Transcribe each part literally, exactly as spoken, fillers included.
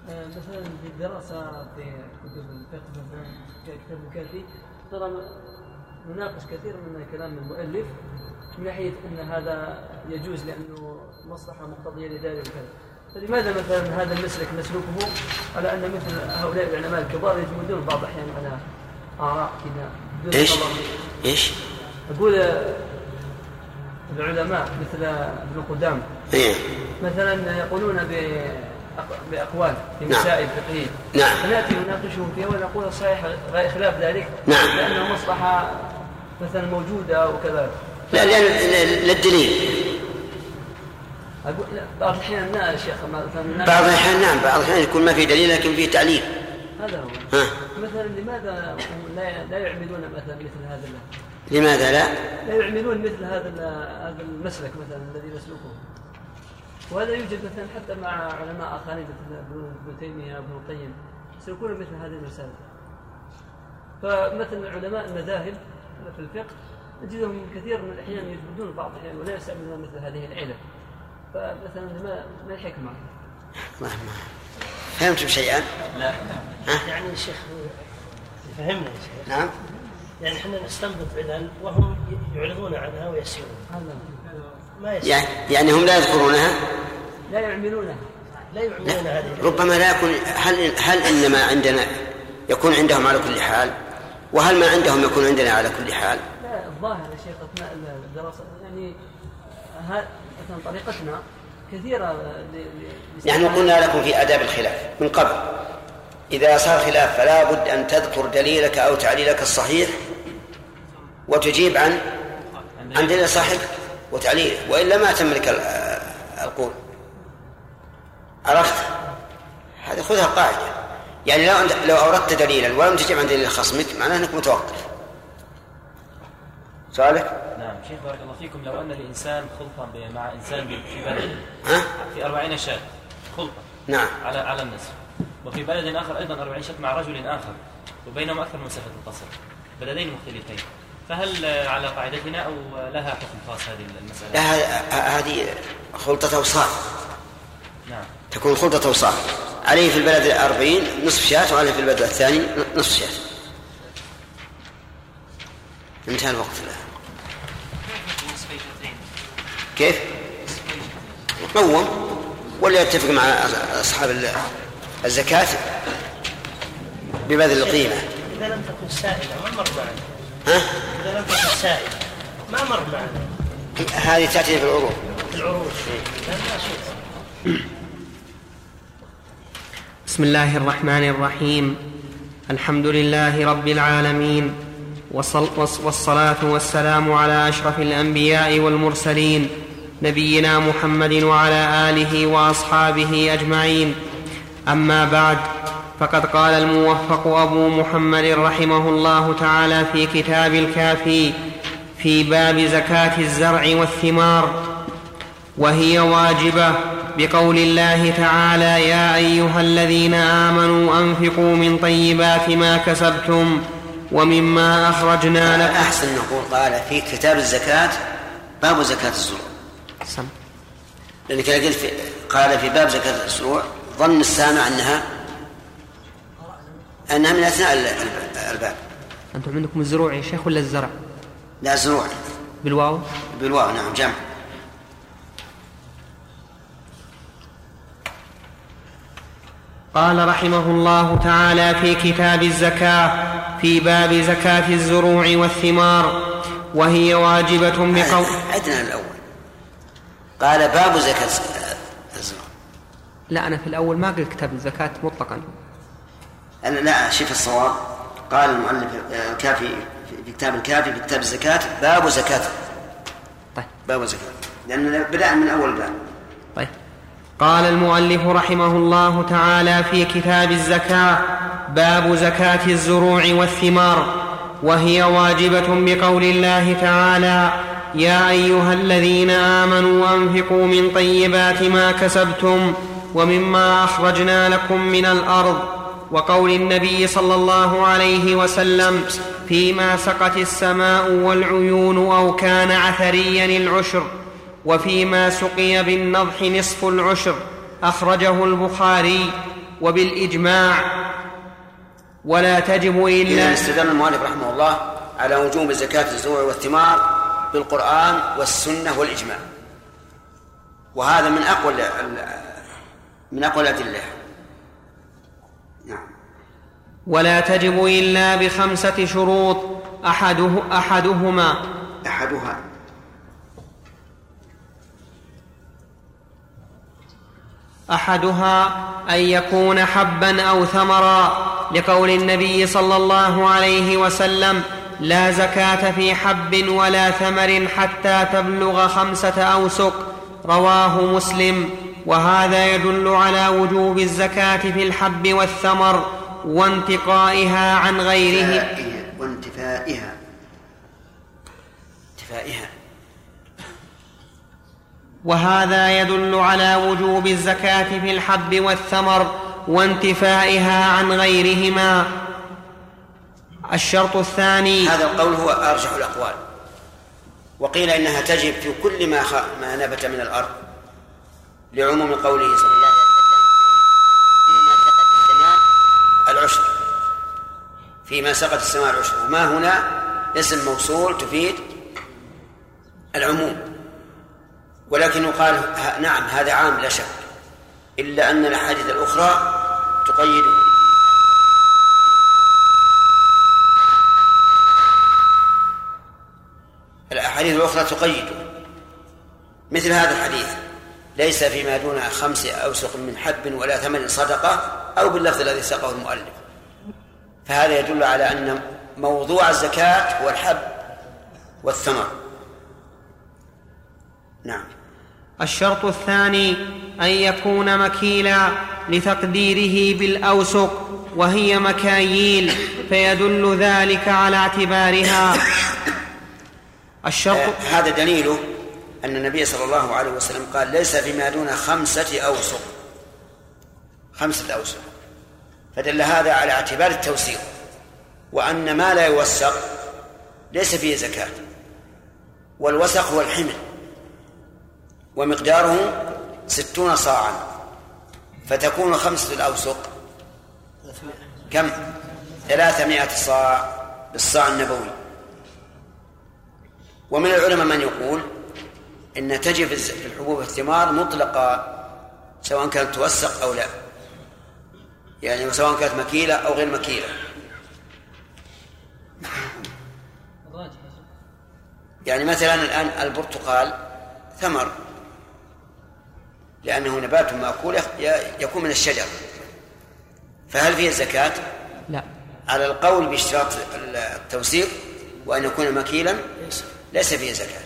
مثلا في الدراسة في كتب الفقه مثلا كتاب الكافي ترى نناقش كثير من كلام المؤلف من ناحية أن هذا يجوز لأنه مصلحة مقتضية لذلك وكذا. فلماذا مثلا هذا المسلك نسلكه على أن مثل هؤلاء العلماء الكبار يجمدون بعض الأحيان على آراء كذا؟ إيش؟ إيش؟ أقول العلماء مثل ابن قدام إيه؟ مثلا يقولون بأقوال في مسائل فقهية، نعم، فنأتي ونناقشهم فيها ونقول صحيح خلاف ذلك، نعم، لأنه مصلحة مثلا موجودة وكذا. لا لأن للدليل. أقول لا بعض الأحيان لا يا شيخ، بعض الأحيان نعم، بعض الأحيان يكون ما في دليل لكن فيه تعليل. هذا هو. ها. مثلا لماذا لا يعملون مثلا مثل هذا الله؟ لماذا لا؟ لا يعملون مثل هذا هذا المسلك مثلا الذي يسلكه. وهذا يوجد مثلا حتى مع علماء آخرين مثل ابن تيمية وابن القيم يسلكون مثل هذه المسائل. فمثل علماء المذاهب في الفقه نجدهم كثير من الأحيان يجبدون بعض الأحيان ولا يستعملون مثل هذه العلم. فمثلا ما ما الحكمة؟ فهمتم شيئا؟ لا. يعني الشيخ فهمنا يا شيخ. نعم. يعني احنا نستنبط علل وهم يعرضون عنها ويسيرون. ما يسيرون. يعني يعني هم لا يذكرونها؟ لا يعملونها. لا يعملون هذه. ربما لا يكون. هل هل انما عندنا يكون عندهم على كل حال؟ وهل ما عندهم يكون عندنا على كل حال؟ لا الظاهر يا شيخ اثناء الدراسة يعني ها مثلا طريقتنا كثيرة. نحن قلنا لكم في آداب الخلاف من قبل إذا صار خلاف فلا بد أن تذكر دليلك أو تعليلك الصحيح وتجيب عن عن دليل صاحب وتعليله، وإلا ما تملك القول. عرفت؟ هذه خذها قاعدة. يعني لو لو أوردت دليلا ولم تجيب عن دليل خصمك معناه أنك متوقف. سؤالك؟ نعم شيخ بارك الله فيكم، لو أن الإنسان خلطا مع إنسان في بلد في أربعين شاة خلطة نعم على على النصف، وفي بلد آخر أيضا أربعين شاة مع رجل آخر وبينهم أكثر من مسافة القصر، بلدين مختلفين، فهل على قاعدتنا أو لها حكم خاص هذه المسألة؟ لا هذه خلطة أوصاف. نعم تكون خلطة أوصاف، عليه في البلد الأربعين نصف شاة وعليه في البلد الثاني نصف شاة. انتهى الوقت الآن. كيف؟ قوم ولا يتفق مع أصحاب الزكاة ببذل القيمة. إذا لم تكن سائلة ما مر معنا. ها؟ إذا لم تكن سائلة ما مر معنا. هذه تأتي في العروض. في العروض. لا شيء. بسم الله الرحمن الرحيم. الحمد لله رب العالمين، والصلاة والسلام على أشرف الأنبياء والمرسلين نبينا محمد وعلى آله وأصحابه أجمعين. أما بعد، فقد قال الموفق أبو محمد رحمه الله تعالى في كتاب الكافي في باب زكاة الزرع والثمار: وهي واجبة بقول الله تعالى: يا أيها الذين آمنوا أنفقوا من طيبات ما كسبتم ومما أخرجنا لكم. أحسن نقول قال في كتاب الزكاة باب زكاة الزروع، لأنك قلت في قال في باب زكاة الزروع ظن السامع أنها أنها من أثناء الباب. أنتم عندكم الزروع يا شيخ ولا الزرع؟ لا زروع بالواو. بالواو نعم جمع. قال رحمه الله تعالى في كتاب الزكاة في باب زكاة الزروع والثمار: وهي واجبة بقول. عدنا الأول قال باب زكاة الزروع. لا أنا في الأول ما قلت كتاب الزكاة مطلقا. أنا لا شوف الصواب، قال المؤلف الكافي في كتاب الكافي في كتاب الزكاة باب زكاة. طيب. باب زكاة لأن بدأ من أول باب. طيب. قال المؤلف رحمه الله تعالى في كتاب الزكاة باب زكاة الزروع والثمار: وهي واجبة بقول الله تعالى: يا أيها الذين آمنوا أنفقوا من طيبات ما كسبتم ومما أخرجنا لكم من الأرض، وقول النبي صلى الله عليه وسلم: فيما سقت السماء والعيون أو كان عثريا العشر، وفيما سقي بالنضح نصف العشر، أخرجه البخاري. وبالإجماع. ولا تجب إلا. استدل المؤلف رحمه الله على وجوب زكاة الزروع والثمار بالقرآن والسنة والإجماع، وهذا من أقوى من أقوى الأدلة. نعم. ولا تجب إلا بخمسة شروط أحده أحدهما أحدها أحدها أن يكون حبا أو ثمرا، لقول النبي صلى الله عليه وسلم: لا زكاة في حب ولا ثمر حتى تبلغ خمسة أوسق، رواه مسلم. وهذا يدل على وجوب الزكاة في الحب والثمر وانتقائها عن غيره وانتفائها انتفائها وهذا يدل على وجوب الزكاة في الحب والثمر وانتفائها عن غيرهما. الشرط الثاني. هذا القول هو أرجح الأقوال، وقيل إنها تجب في كل ما, خ... ما نبت من الأرض، لعموم قوله صلى الله عليه وسلم: فيما سقط السماء العشر، فيما سقط السماء العشر. وما هنا اسم موصول تفيد العموم، ولكن يقال نعم هذا عام لا شك، إلا أن الأحاديث الأخرى تقيده. الأحاديث الأخرى تقيده، مثل هذا الحديث: ليس فيما دون خمس أوسق من حب ولا ثمن صدقة، أو باللفظ الذي ساقه المؤلف. فهذا يدل على أن موضوع الزكاة هو الحب والثمر. نعم. الشرط الثاني أن يكون مكيلا لتقديره بالأوسق، وهي مكاييل، فيدل ذلك على اعتبارها. الشرط آه هذا دليله أن النبي صلى الله عليه وسلم قال: ليس فيما دون خمسة أوسق، خمسة أوسق، فدل هذا على اعتبار التوسيق، وأن ما لا يوسق ليس فيه زكاة. والوسق هو الحمل، ومقداره ستون صاعا، فتكون خمسة الأوسق كم؟ ثلاثمائة صاع بالصاع النبوي. ومن العلماء من يقول إن تجب الحبوب والثمار مطلقة، سواء كانت توسق أو لا، يعني سواء كانت مكيلة أو غير مكيلة. يعني مثلا الآن البرتقال ثمر، لأنه نبات مأكول يكون من الشجر، فهل فيه الزكاة؟ لا، على القول باشتراط التوسيق وأن يكون مكيلا ليس فيه زكاة.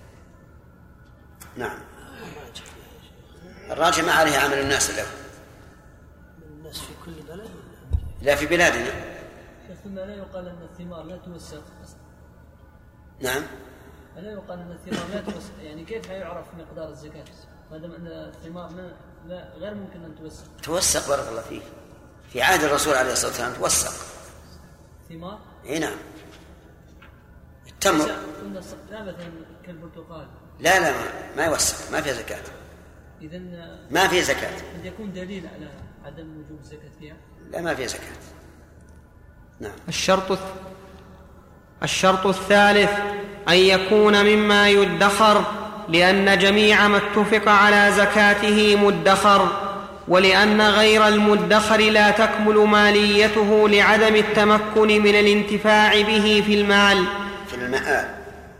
نعم. الراجح ما عليه عمل الناس له. الناس في كل بلد؟ لا، في بلادنا. ثم لا يقال أن الثمار لا توسق. نعم. لا يقال أن الثمار لا توسق، يعني كيف يعرف مقدار الزكاة ما دام أن الثمار لا غير ممكن أن توسق؟ توسق بارك الله فيك، في عهد الرسول عليه الصلاة والسلام توسق ثمار. اي نعم. التمر لا مثلا كالبرتقال. لا لا ما يوسق، ما فيها زكاة. إذن ما فيها زكاة. قد يكون دليل على عدم وجوب الزكاة فيها. لا، ما فيها زكاة. نعم. الشرط الشرط الثالث أن يكون مما يدخر، لأن جميع ما اتفق على زكاته مدخر، ولأن غير المدخر لا تكمل ماليته لعدم التمكن من الانتفاع به في المال في المآل.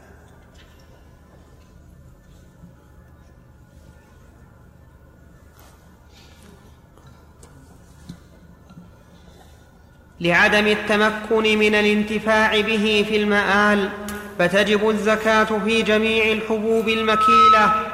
لعدم التمكن من الانتفاع به في المآل، فتجب الزكاة في جميع الحبوب المكيلة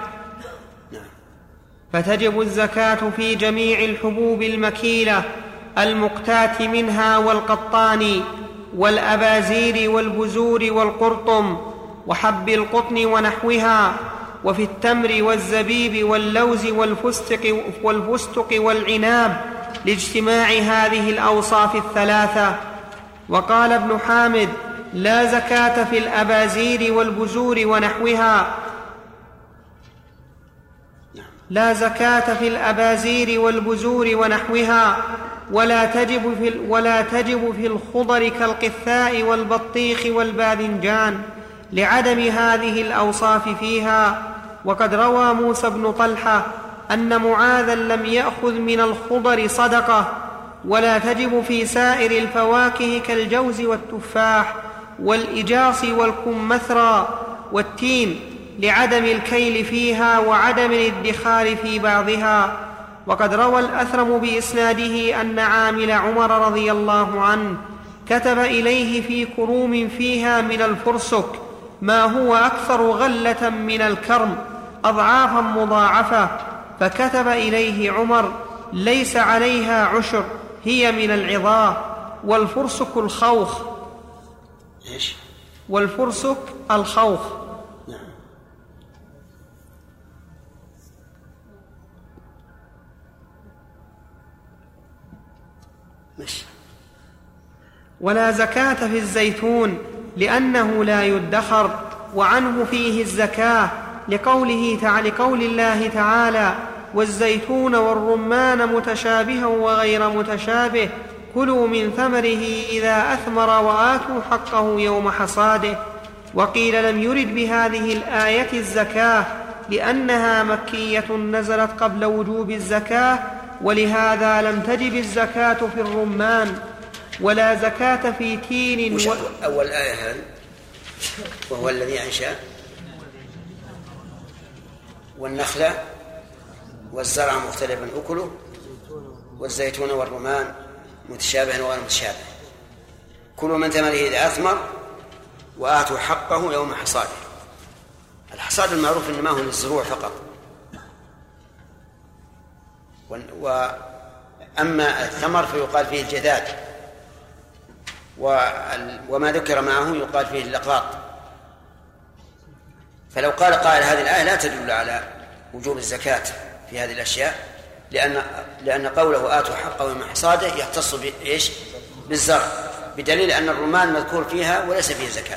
فتجب الزكاة في جميع الحبوب المكيلة المقتات منها والقطان والأبازير والبزور والقرطم وحب القطن ونحوها، وفي التمر والزبيب واللوز والفستق, والفستق والعناب لاجتماع هذه الأوصاف الثلاثة. وقال ابن حامد: لا زكاة في الأبازير والبزور ونحوها لا زكاة في الأبازير والبزور ونحوها، ولا تجب في, ولا تجب في الخضر كالقثاء والبطيخ والباذنجان لعدم هذه الأوصاف فيها. وقد روى موسى بن طلحة أن معاذا لم يأخذ من الخضر صدقة. ولا تجب في سائر الفواكه كالجوز والتفاح والإجاص والكمثرى والتين لعدم الكيل فيها وعدم الادخار في بعضها. وقد روى الأثرم بإسناده أن عامل عمر رضي الله عنه كتب إليه في كروم فيها من الفرسك ما هو أكثر غلة من الكرم أضعافا مضاعفة، فكتب إليه عمر: ليس عليها عشر، هي من العظاه. والفرسك الخوخ. إيش؟ والفرسك الخوخ. نعم. ماشي. ولا زكاة في الزيتون لأنه لا يدخر، وعنه فيه الزكاة لقوله تعالى لقول الله تعالى: والزيتون والرمان متشابها وغير متشابه، كلوا من ثمره إذا أثمر وآتوا حقه يوم حصاده. وقيل لم يرد بهذه الآية الزكاة لأنها مكية نزلت قبل وجوب الزكاة، ولهذا لم تجب الزكاة في الرمان. ولا زكاة في تين و... أول آية هذه وهو الذي أنشأ والنخلة والزرع مختلفا أكله والزيتون والرمان متشابها وغير متشابه، كلوا من ثمره إذا أثمر وآتوا حقه يوم حصاده. الحصاد المعروف إنما هو للزروع فقط، وأما الثمر فيقال فيه الجذاذ، وما ذكر معه يقال فيه اللقاط. فلو قال قائل هذه الآية لا تدل على وجوب الزكاة في هذه الأشياء، لأن لأن قوله آتوا حقه يوم حصاده يختص بإيش؟ بالزرع، بدليل أن الرمان مذكور فيها وليس فيه زكاة.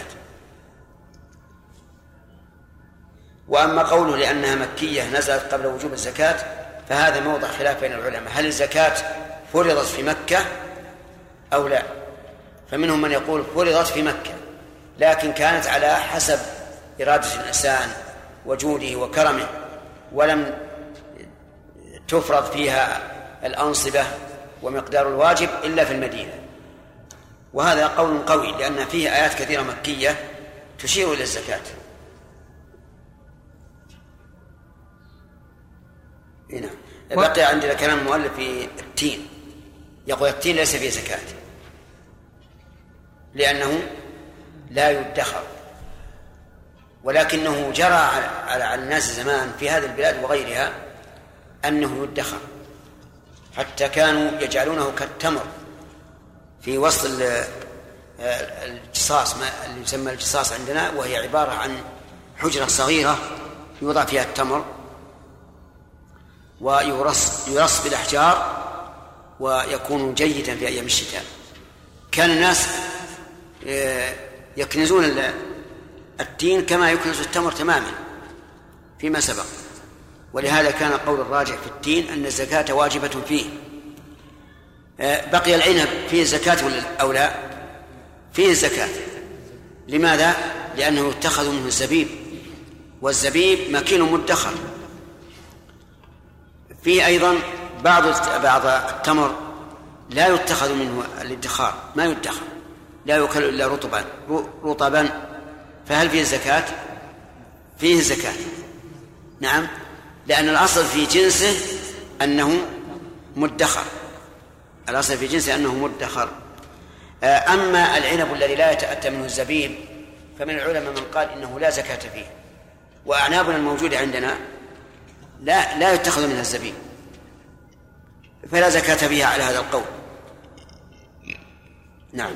وأما قوله لأنها مكية نزلت قبل وجوب الزكاة فهذا موضع خلاف بين العلماء، هل الزكاة فرضت في مكة أو لا؟ فمنهم من يقول فرضت في مكة لكن كانت على حسب إرادة الإنسان وجوده وكرمه، ولم تفرض فيها الأنصبة ومقدار الواجب إلا في المدينة. وهذا قول قوي لأن فيه آيات كثيرة مكية تشير إلى الزكاة. هنا بقي عندنا كلام المؤلف في التين، يقول التين ليس فيه زكاة لأنه لا يدخر، ولكنه جرى على الناس زمان في هذه البلاد وغيرها أنه يدخر، حتى كانوا يجعلونه كالتمر في وسط الجصاص اللي يسمى الجصاص عندنا، وهي عبارة عن حجرة صغيرة يوضع فيها التمر ويرص يرص بالأحجار ويكون جيدا في أيام الشتاء. كان الناس يكنزون التين كما يكنز التمر تماما فيما سبق، ولهذا كان قول الراجح في التين أن الزكاة واجبة فيه. بقي العنب فيه زكاة أو لا؟ فيه زكاة. لماذا؟ لأنه يتخذ منه الزبيب، والزبيب مكين مدخر. فيه أيضا بعض بعض التمر لا يتخذ منه الادخار، ما يدخر، لا يؤكل إلا رطبا رطبا فهل فيه زكاة؟ فيه زكاة، نعم، لأن الأصل في جنسه أنه مدخر، الأصل في جنسه أنه مدخر. أما العنب الذي لا يتأتى منه الزبيب فمن العلماء من قال إنه لا زكاة فيه، وأعنابنا الموجودة عندنا لا لا يتخذ منها الزبيب، فلا زكاة فيها على هذا القول. نعم.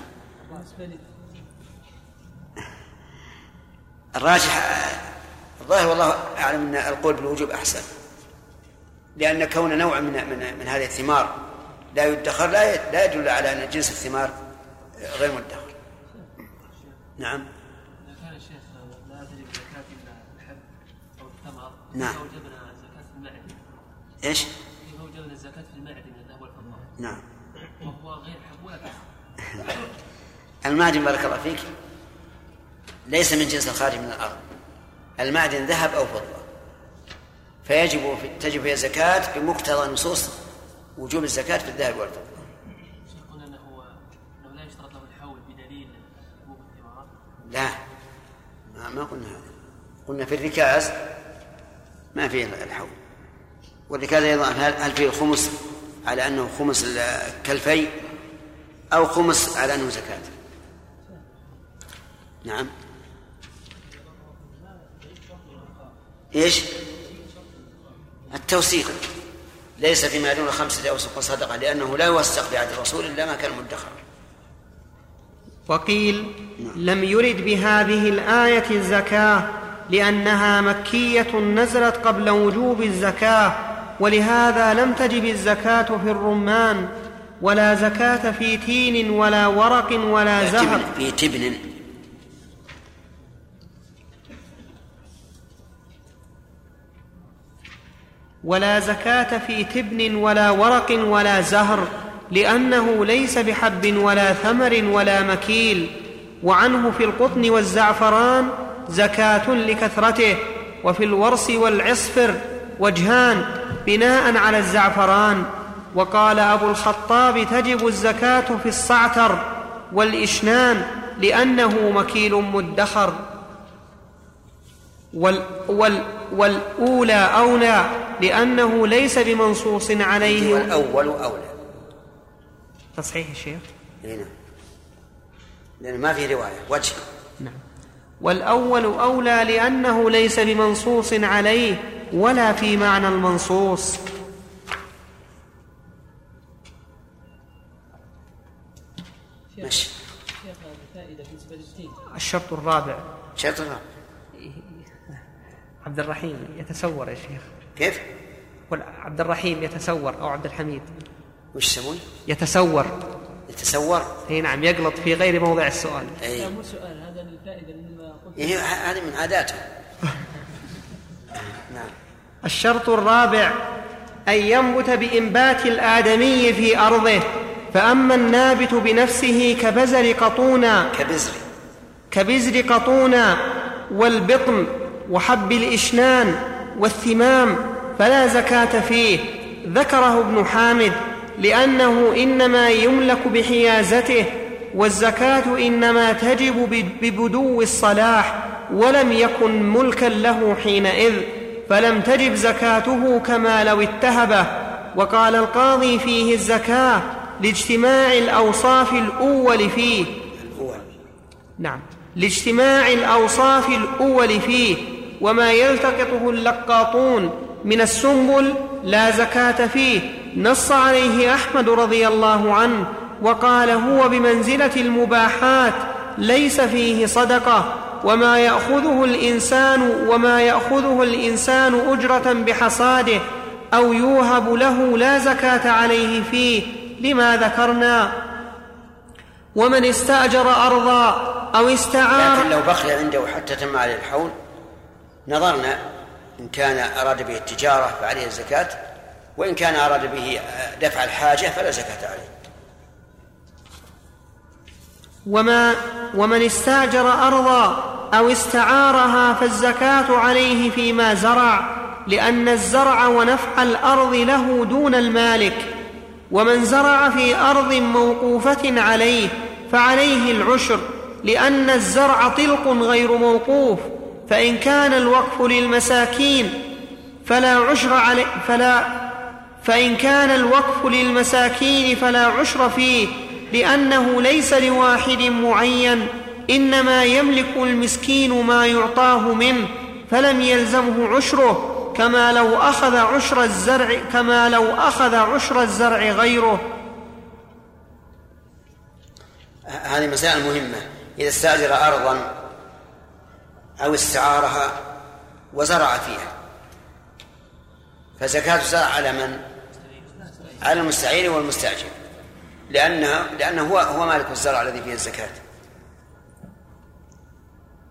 الراجح الظاهر والله أعلم أن القول بالوجوب أحسن، لأن كون نوع من من, من هذه الثمار لا يدخر لا لا يدل على أن جنس الثمار غير مدخر. نعم. إذا كان الشيخ لا تجب زكاة إلا الحب أو الثمر، نعم. وجبنا زكاة المعدة إيش؟ كيف وجد الزكاة في المعدن من الذهب والفضة؟ نعم. وهو غير حب ولا كسب. المعدن بارك الله فيك ليس من جنس الخارج من الأرض، المعدن ذهب أو فضة، فيجب تجب فيها الزكاة بمقتضى نصوص وجوب الزكاة في الذهب والفضة. قلنا أنه أنه لا يشترط له الحول بدليل حبوب الثمار. لا ما, ما قلنا هذا، قلنا في الركاز ما فيه الحول، والركاز أيضا هل فيه خمس على أنه خمس كالفي أو خمس على أنه زكاة. نعم. إيش؟ التوثيق ليس فيما دون خمسة أوسق صدقة، لأنه لا يوثق بعهد الرسول إلا ما كان مدخرا. وقيل لم يرد بهذه الآية الزكاة لأنها مكية نزلت قبل وجوب الزكاة، ولهذا لم تجب الزكاة في الرمان، ولا زكاة في تين ولا ورق ولا زهر. في تبن ولا زكاة في تبن ولا ورق ولا زهر، لأنه ليس بحب ولا ثمر ولا مكيل. وعنه في القطن والزعفران زكاة لكثرته، وفي الورس والعصفر وجهان بناء على الزعفران. وقال أبو الخطاب تجب الزكاة في الصعتر والإشنان لأنه مكيل مدخر. وال وال والأولى أولى لأنه ليس بمنصوص عليه. والأول أولى. تصحيح الشيخ؟ هنا لأن ما في رواية وجه. نعم. والأول أولى لأنه ليس بمنصوص عليه ولا في معنى المنصوص. ماشي. الشرط الرابع. الشرط الرابع. عبد الرحيم يتسور يا شيخ. كيف؟ عبد الرحيم يتسور أو عبد الحميد. وش يسمون؟ يتسور. يتسور؟ اي نعم، يقلط في غير موضع السؤال. لا مو سؤال، هذا الفائدة مما قلت. إيه هذه من عاداته. نعم. الشرط الرابع أن ينبت بإنبات الآدمي في أرضه، فأما النابت بنفسه كبزر قطونا كبزر كبزر قطونا والبطن وحب الإشنان والثمام فلا زكاة فيه. ذكره ابن حامد لأنه إنما يملك بحيازته، والزكاة إنما تجب ببدو الصلاح، ولم يكن ملكا له حينئذ، فلم تجب زكاته كما لو اتهبه. وقال القاضي فيه الزكاة لاجتماع الأوصاف الأول فيه. نعم، لاجتماع الأوصاف الأول فيه. وما يلتقطه اللقاطون من السنبل لا زكاة فيه، نص عليه أحمد رضي الله عنه، وقال هو بمنزلة المباحات ليس فيه صدقة. وما يأخذه الإنسان وما يأخذه الإنسان أجرة بحصاده أو يوهب له لا زكاة عليه فيه، لما ذكرنا. ومن استأجر أرضا أو استعار، لكن لو بقي عنده حتى تم عليه الحول نظرنا إن كان أراد به التجارة فعليه الزكاة، وإن كان أراد به دفع الحاجة فلا زكاة عليه. وما ومن استأجر أرضا أو استعارها فالزكاة عليه فيما زرع، لأن الزرع ونفع الأرض له دون المالك. ومن زرع في أرض موقوفة عليه فعليه العشر، لأن الزرع طلق غير موقوف. فإن كان الوقف للمساكين فلا عشر عليه فلا فإن كان الوقف للمساكين فلا عشر فيه، لأنه ليس لواحد معين، إنما يملك المسكين ما يعطاه منه، فلم يلزمه عشره، كما لو أخذ عشر الزرع كما لو أخذ عشر الزرع غيره. هذه مسائل مهمة. إذا استأجر أرضا أو استعارها وزرع فيها فزكاة الزرع على من؟ على المستعير والمستأجر، لأنه لأنه هو هو مالك الزرع الذي فيه الزكاة.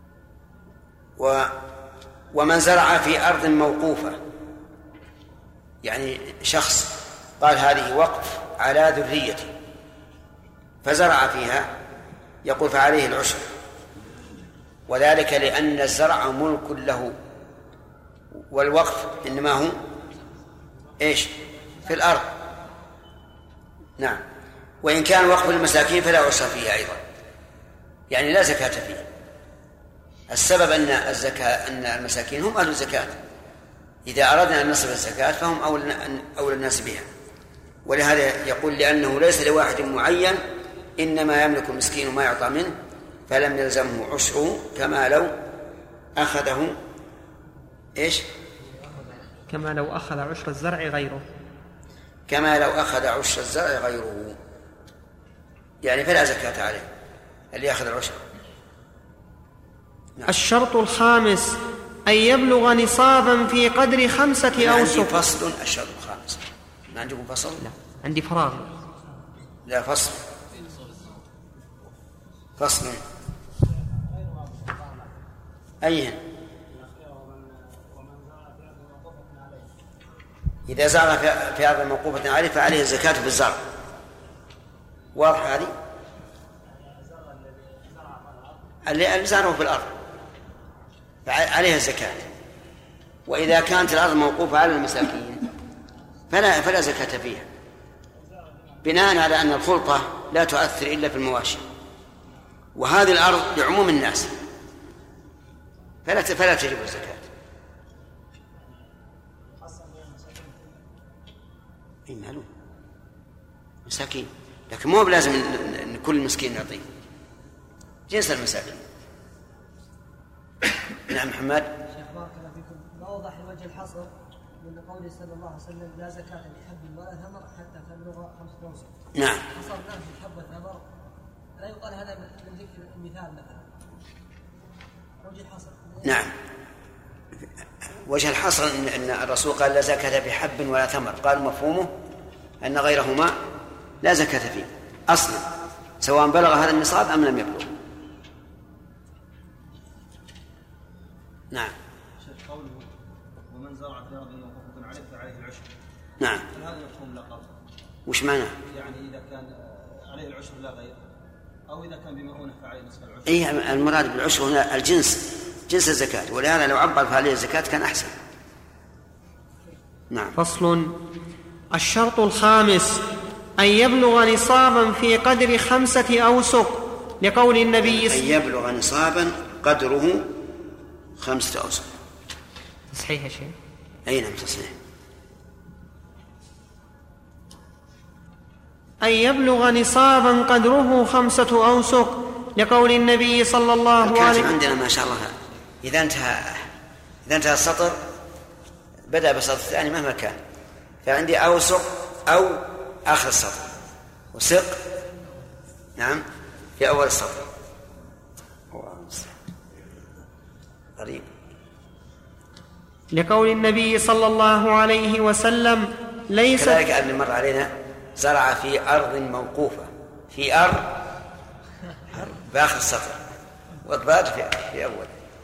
و ومن زرع في أرض موقوفة يعني شخص قال هذه وقف على ذريتي فزرع فيها، يقول فعليه العشر، وذلك لأن الزرع ملك له، والوقف إنما هو إيش في الأرض. نعم. وإن كان وقف المساكين فلا عشر فيه أيضا، يعني لا زكاة فيه. السبب أن الزكاة أن المساكين هم أهل الزكاة، إذا أردنا أن نصرف الزكاة فهم أولى الناس بها. ولهذا يقول لأنه ليس لواحد معين، إنما يملك المسكين ما يعطى منه، فلم يلزمه عشره كما لو أخذه إيش؟ كما لو أخذ عشر الزرع غيره كما لو أخذ عشر الزرع غيره، يعني فلا زكاة عليه اللي يأخذ العشر. نعم. الشرط الخامس أن يبلغ نصابا في قدر خمسة أوسق. عندي فصل الشرط الخامس. ما عندكم فصل؟ لا عندي فراغ. لا فصل فصل أيهن؟ إذا زرع في أرض موقوفة عليه فعليه الزكاة في الزرع. واضح هذه؟ اللي زرعه في الأرض فعليها الزكاة. وإذا كانت الأرض موقوفة على المساكين فلا فلا زكاة فيها، بناء على أن الخلطة لا تؤثر إلا في المواشي، وهذه الأرض لعموم الناس فلا فلا تجب الزكاة. إيه معلوم مساكين، لكن مو بلازم أن كل مسكين نعطيه، جنس المساكين. نعم محمد. شيخ بارك الله فيكم، ما وضح الوجه الحصر من قوله صلى الله عليه وسلم لا زكاة لحب ولا ثمر حتى تبلغ خمسة أوسق. نعم. حصرناه في الحب والثمر، لا يقال هذا من ذكر المثال مثلا. وجه الحصر. نعم. وجه الحصر أن الرسول قال لا زكاة في حب ولا ثمر، قال مفهومه أن غيرهما لا زكاة فيه أصلا، سواء بلغ هذا النصاب أم لم يبلغ. نعم. شيخ قوله ومن زرع في أرض موقوفة عليه فعليه العشر. نعم. هذا مفهوم لقب. وش معناه؟ يعني إذا كان عليه العشر لا غير، أو إذا كان بمؤونة فعليه نصف العشر. إيه المراد بالعشر هنا الجنس، جنس الزكاة، ولهذا لو عبر فعليه الزكاة كان أحسن. نعم. فصل. الشرط الخامس أن يبلغ نصابا في قدر خمسة أوسق، لقول النبي أن يبلغ نصابا قدره خمسة أوسق. صحيح يا شيخ؟ أي نعم تصحيح. أن يبلغ نصابا قدره خمسة أوسق، لقول النبي صلى الله عليه وسلم. عندنا ما شاء الله إذا انتهى إذا انتهى السطر بدأ بالسطر الثاني مهما كان، فعندي أوسق أو آخر السطر، وسق نعم في أول السطر. قريب. لقول النبي صلى الله عليه وسلم ليس كذلك اللي مر علينا زرع في أرض موقوفة، في أرض بآخر السطر، والضاد في, في أول.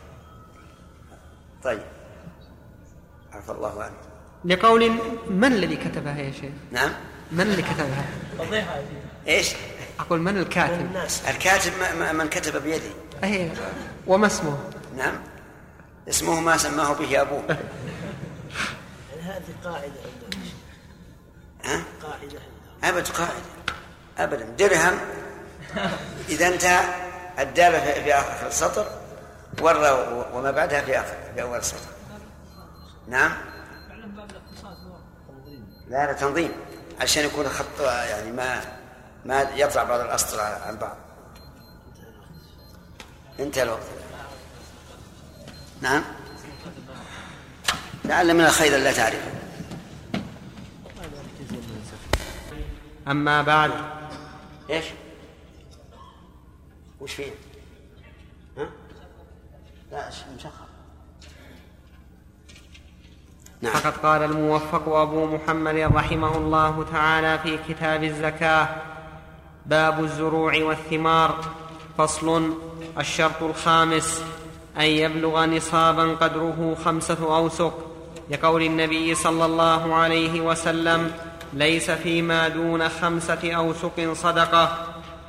طيب عفى الله عنه. لقول من الذي كتبها يا شيخ؟ نعم. من اللي كتبها؟ فضيحة. إيش؟ أقول من الكاتب؟ الناس. الكاتب من كتب بيده. أيه. وما اسمه؟ نعم اسمه ما سماه به أبوه. يعني هذه قاعدة عندنا. ها؟ قاعدة. أبد قاعدة أبدا. درهم إذا انتهى الدالة في آخر السطر ورى وما بعدها في آخر في أول السطر. نعم. لا لا تنظيم عشان يكون الخط يعني ما ما يطلع بعض الأسطر عن بعض. انتهى الوقت. نعم. لعل من الخير لا تعرف. أما بعد. إيش؟ وش فيه؟ ها؟ لا مشخر. نعم. فقد قال الموفق أبو محمد رحمه الله تعالى في كتاب الزكاة: باب الزروع والثمار. فصل. الشرط الخامس أن يبلغ نصابا قدره خمسة أوسق، لقول النبي صلى الله عليه وسلم: ليس فيما دون خمسة أوسق صدقة.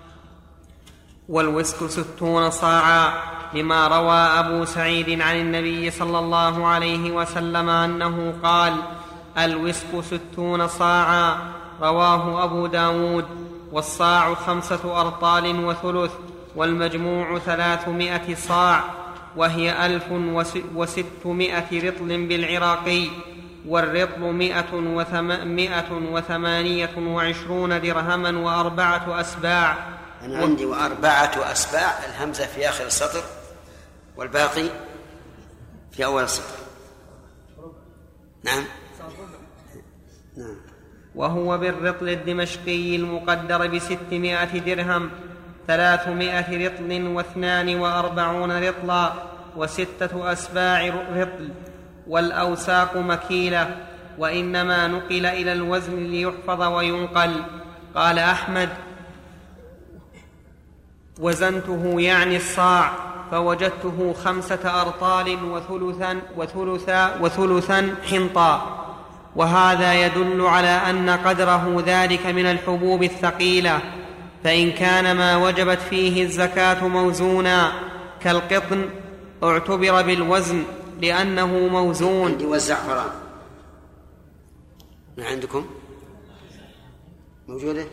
والوسك ستون صاعا، لما روى أبو سعيد عن النبي صلى الله عليه وسلم أنه قال: الوسك ستون صاعا، رواه أبو داود. والصاع خمسة أرطال وثلث، والمجموع ثلاثمائة صاع، وهي ألف وستمائة رطل بالعراقي، والرطل مائة وثمانية وعشرون درهما وأربعة أسباع. أنا عندي وأربعة أسباع، الهمزة في آخر السطر والباقي في أول السطر. نعم نعم. وهو بالرطل الدمشقي المقدر بستمائة درهم، ثلاثمائة رطل واثنان وأربعون رطلا، وستة أسباع رطل، والأوساق مكيلة، وإنما نقل إلى الوزن ليحفظ وينقل. قال أحمد: وزنته يعني الصاع، فوجدته خمسة أرطال وثلثا, وثلثا, وثلثا حنطا. وهذا يدل على أن قدره ذلك من الحبوب الثقيلة، فإن كان ما وجبت فيه الزكاة موزونا كالقطن اعتبر بالوزن لأنه موزون. عندي والزعفران. ما عندكم موجودة؟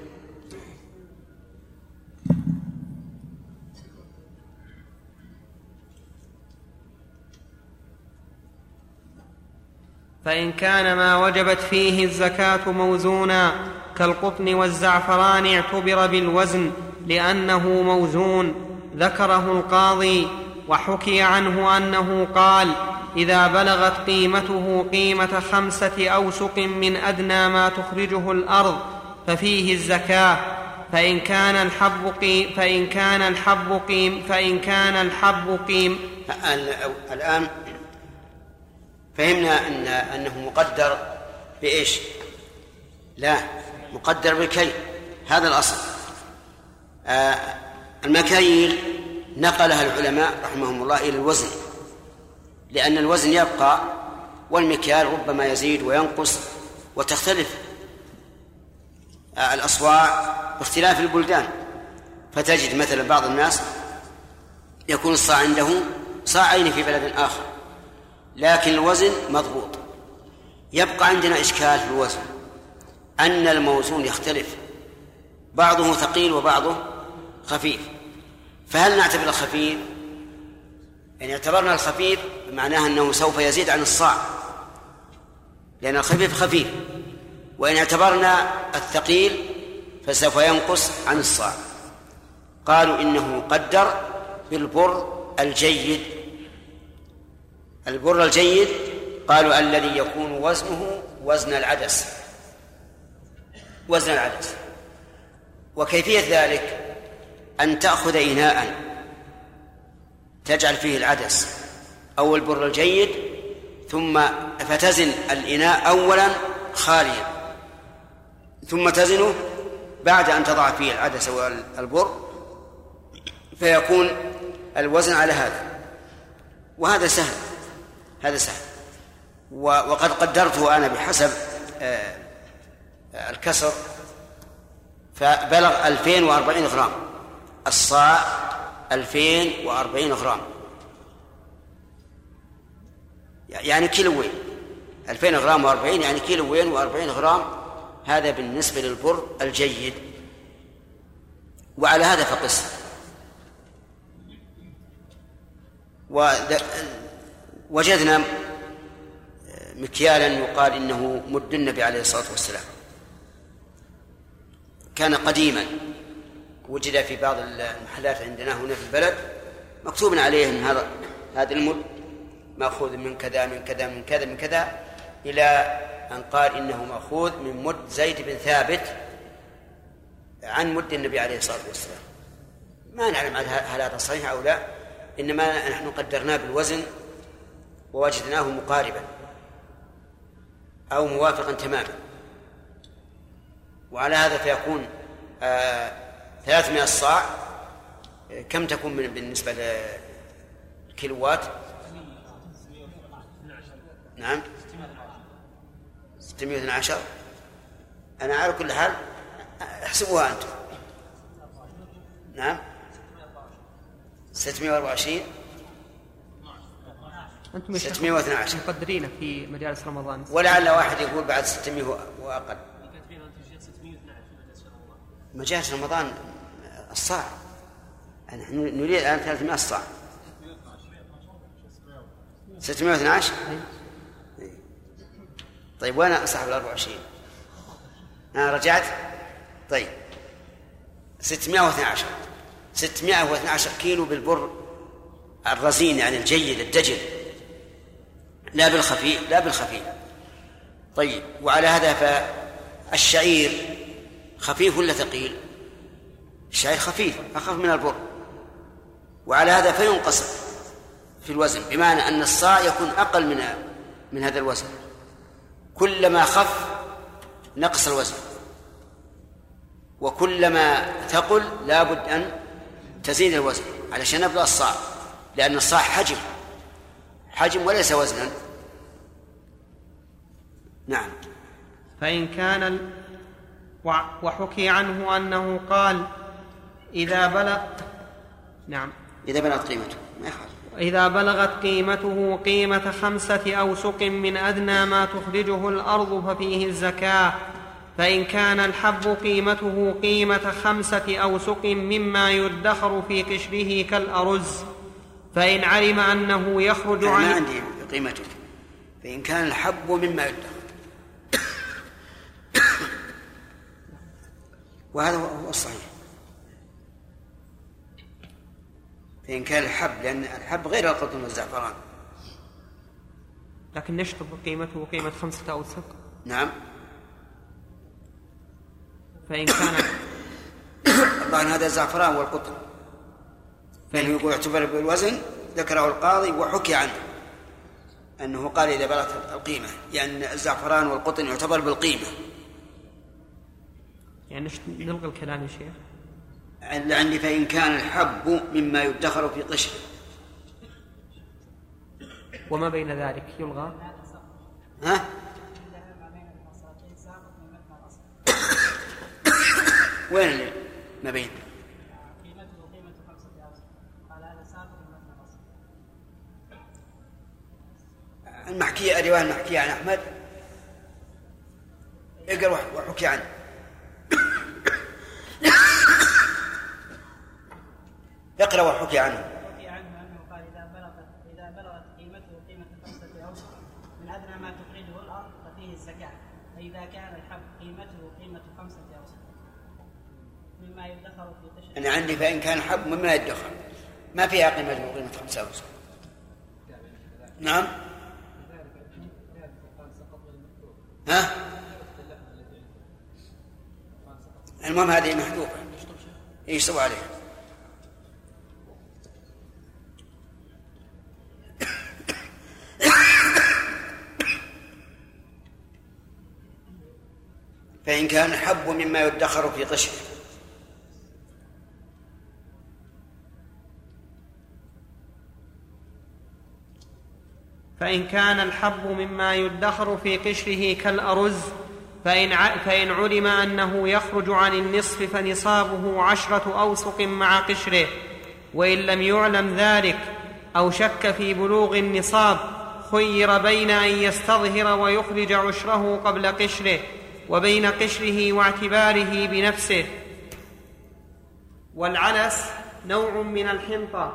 فإن كان ما وجبت فيه الزكاة موزونا كالقطن والزعفران اعتبر بالوزن لأنه موزون. ذكره القاضي، وحكي عنه أنه قال: إذا بلغت قيمته قيمة خمسة أوسق من أدنى ما تخرجه الأرض ففيه الزكاة. فإن كان الحب قيم فإن كان الحب قيم فإن كان الحب قيم الآن فهمنا أن أنه مقدر بإيش؟ لا، مقدر بالكيل، هذا الأصل. آه المكاييل نقلها العلماء رحمهم الله إلى الوزن، لأن الوزن يبقى والمكيال ربما يزيد وينقص وتختلف آه الأصواع باختلاف البلدان. فتجد مثلا بعض الناس يكون الصاع عنده صاعين في بلد آخر، لكن الوزن مضبوط. يبقى عندنا إشكال في الوزن أن الموزون يختلف، بعضه ثقيل وبعضه خفيف. فهل نعتبر الخفيف؟ إن اعتبرنا الخفيف معناه أنه سوف يزيد عن الصاع، لأن الخفيف خفيف، وإن اعتبرنا الثقيل فسوف ينقص عن الصاع. قالوا إنه يقدر بالبر الجيد. البر الجيد قالوا الذي يكون وزنه وزن العدس، وزن العدس. وكيفية ذلك أن تأخذ إناء تجعل فيه العدس أو البر الجيد، ثم فتزن الإناء أولا خاليا، ثم تزنه بعد أن تضع فيه العدس والبر، فيكون الوزن على هذا. وهذا سهل، هذا سهل. وقد قدرته أنا بحسب الكسر، فبلغ ألفين وأربعين غرام. الصاع ألفين وأربعين غرام، يعني كيلوين. ألفين غرام وأربعين يعني كيلوين وأربعين غرام. هذا بالنسبة للبر الجيد. وعلى هذا فقس. ووجدنا مكيالا يقال إنه مد النبي عليه الصلاة والسلام، كان قديما، وجد في بعض المحلات عندنا هنا في البلد مكتوب عليه أن هذا هذا المد مأخوذ من كذا من كذا من كذا من كذا، إلى أن قال إنه مأخوذ من مد زيد بن ثابت عن مد النبي عليه الصلاة والسلام. ما نعلم هل هذا صحيح أو لا، إنما نحن قدرناه بالوزن ووجدناه مقاربا أو موافقا تماما. وعلى هذا فيكون آه ثلاثمائة صاع. كم تكون من بالنسبة للكيلوات؟ نعم ستمائة واثني عشر. أنا على كل حال احسبوها أنتم. نعم ستمائة وأربعة وعشرين. أنتم ستمائة واثني عشر مقدرين في مجالس رمضان، ولعل واحد يقول بعد ستمائة وأقل. مجالس رمضان الصاع، نحن نريد الآن ثلاثمائة صاع. ستمائة واثني عشر. طيب وين أصحاب الأربعة وعشرين؟ أنا رجعت. طيب ستمائة واثني عشر ستمائة واثني عشر كيلو بالبر الرزين، يعني الجيد الدجل، لا بالخفيف لا بالخفيف. طيب وعلى هذا فالشعير خفيف ولا ثقيل؟ الشعير خفيف، أخف من البر، وعلى هذا فينقص في الوزن، بمعنى أن الصاع يكون أقل من من هذا الوزن. كلما خف نقص الوزن، وكلما ثقل لابد أن تزيد الوزن علشان نبلغ الصاع، لأن الصاع حجم حجم وليس وزنا. نعم. فإن كان ال... وحكي عنه أنه قال إذا بلغ نعم إذا بلغت قيمته ما يخالف. إذا بلغت قيمته قيمة خمسة أوسق من أدنى ما تخرجه الأرض ففيه الزكاة. فإن كان الحب قيمته قيمة خمسة أوسق مما يدخر في قشره كالأرز، فإن علم أنه يخرج عن ما عندي قيمته. فإن كان الحب مما يدخر، وهذا هو الصحيح. فإن كان الحب، لأن الحب غير القطن والزعفران. لكن نشطب قيمته قيمة خمسة أوسق. نعم. فإن كان طبعا هذا الزعفران والقطن، فإنه يقول اعتبر بالوزن، ذكره القاضي وحكي عنه أنه قال إذا بلغت القيمة، يعني الزعفران والقطن يعتبر بالقيمة. يعني نلغي الكلام يا شيخ. عندي فإن كان الحب مما يدخر في قشر، وما بين ذلك يلغى. ها؟ وين اللي ما بين؟ المحكية الرواية المحكية عن أحمد اقرأ وحكي عنه. اقرأ وحكي عنه. حكي عنه أنه قال إذا بلغت إذا بلغت قيمته قيمة خمسة أوسق من أدنى ما تخرجه الأرض ففيه الزكاة. فإذا كان الحب قيمته قيمة خمسة أوسق مما يدخر في قشره. أنا عندي فإن كان الحب مما يدخر ما فيها قيمة قيمة خمسة أوسق. نعم. ها؟ المهم هذه محذوفة يشتبه عليها. فإن كان الحب مما يدخر في قشره. فإن كان الحب مما يدخر في قشره كالأرز، فإن, ع... فإن علم أنه يخرج عن النصف فنصابه عشرة أوسق مع قشره. وإن لم يعلم ذلك أو شك في بلوغ النصاب خير بين أن يستظهر ويخرج عشره قبل قشره وبين قشره واعتباره بنفسه. والعنس نوع من الحنطة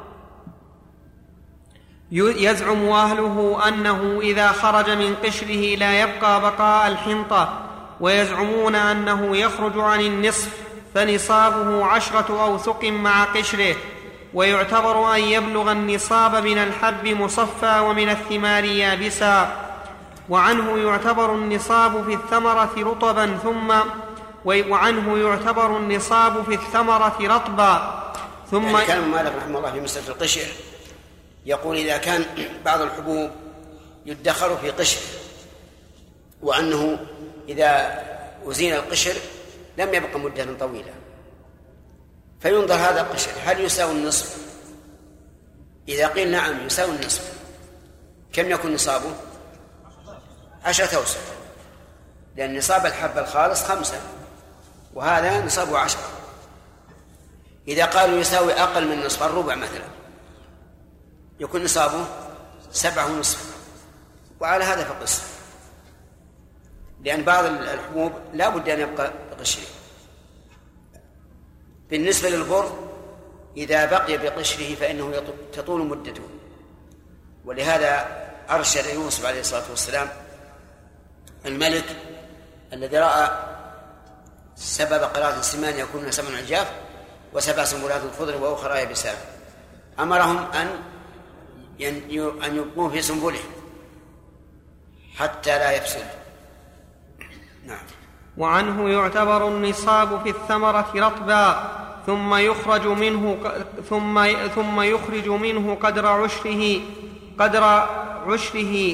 يزعم أهله أنه إذا خرج من قشره لا يبقى بقاء الحنطة، ويزعمون أنه يخرج عن النصف فنصابه عشرة أوسق مع قشره. ويعتبر أن يبلغ النصاب من الحب مصفى ومن الثمار يابسا. وعنه يعتبر النصاب في الثمرة رطبا ثم وعنه يعتبر النصاب في الثمرة رطبا ثم يعني كان مالك رحمه الله في مسألة القشر يقول إذا كان بعض الحبوب يدخر في قشر، وأنه إذا أزيل القشر لم يبقى مدة طويلة، فينظر هذا القشر هل يساوي النصف؟ إذا قيل نعم يساوي النصف، كم يكون نصابه؟ عشرة أوسق. لأن نصاب الحب الخالص خمسة وهذا نصابه عشرة. إذا قالوا يساوي أقل من نصف الربع مثلا يكون نصابه سبعة ونصف، وعلى هذا فقس، لأن بعض الحبوب لا بد أن يبقى بقشره. بالنسبة للبر إذا بقي بقشره فإنه تطول مدته، ولهذا أرشد يوسف عليه الصلاة والسلام الملك الذي رأى سبب قراءة السمان يكون سمن عجاف وسبع سنبلات خضر وأخرى يابسات، أمرهم أن أن يبقوا في سنبله حتى لا يفسد. نعم. وعنه يعتبر النصاب في الثمرة رطبا ثم يخرج منه ثم ثم يخرج منه قدر عشره قدر عشره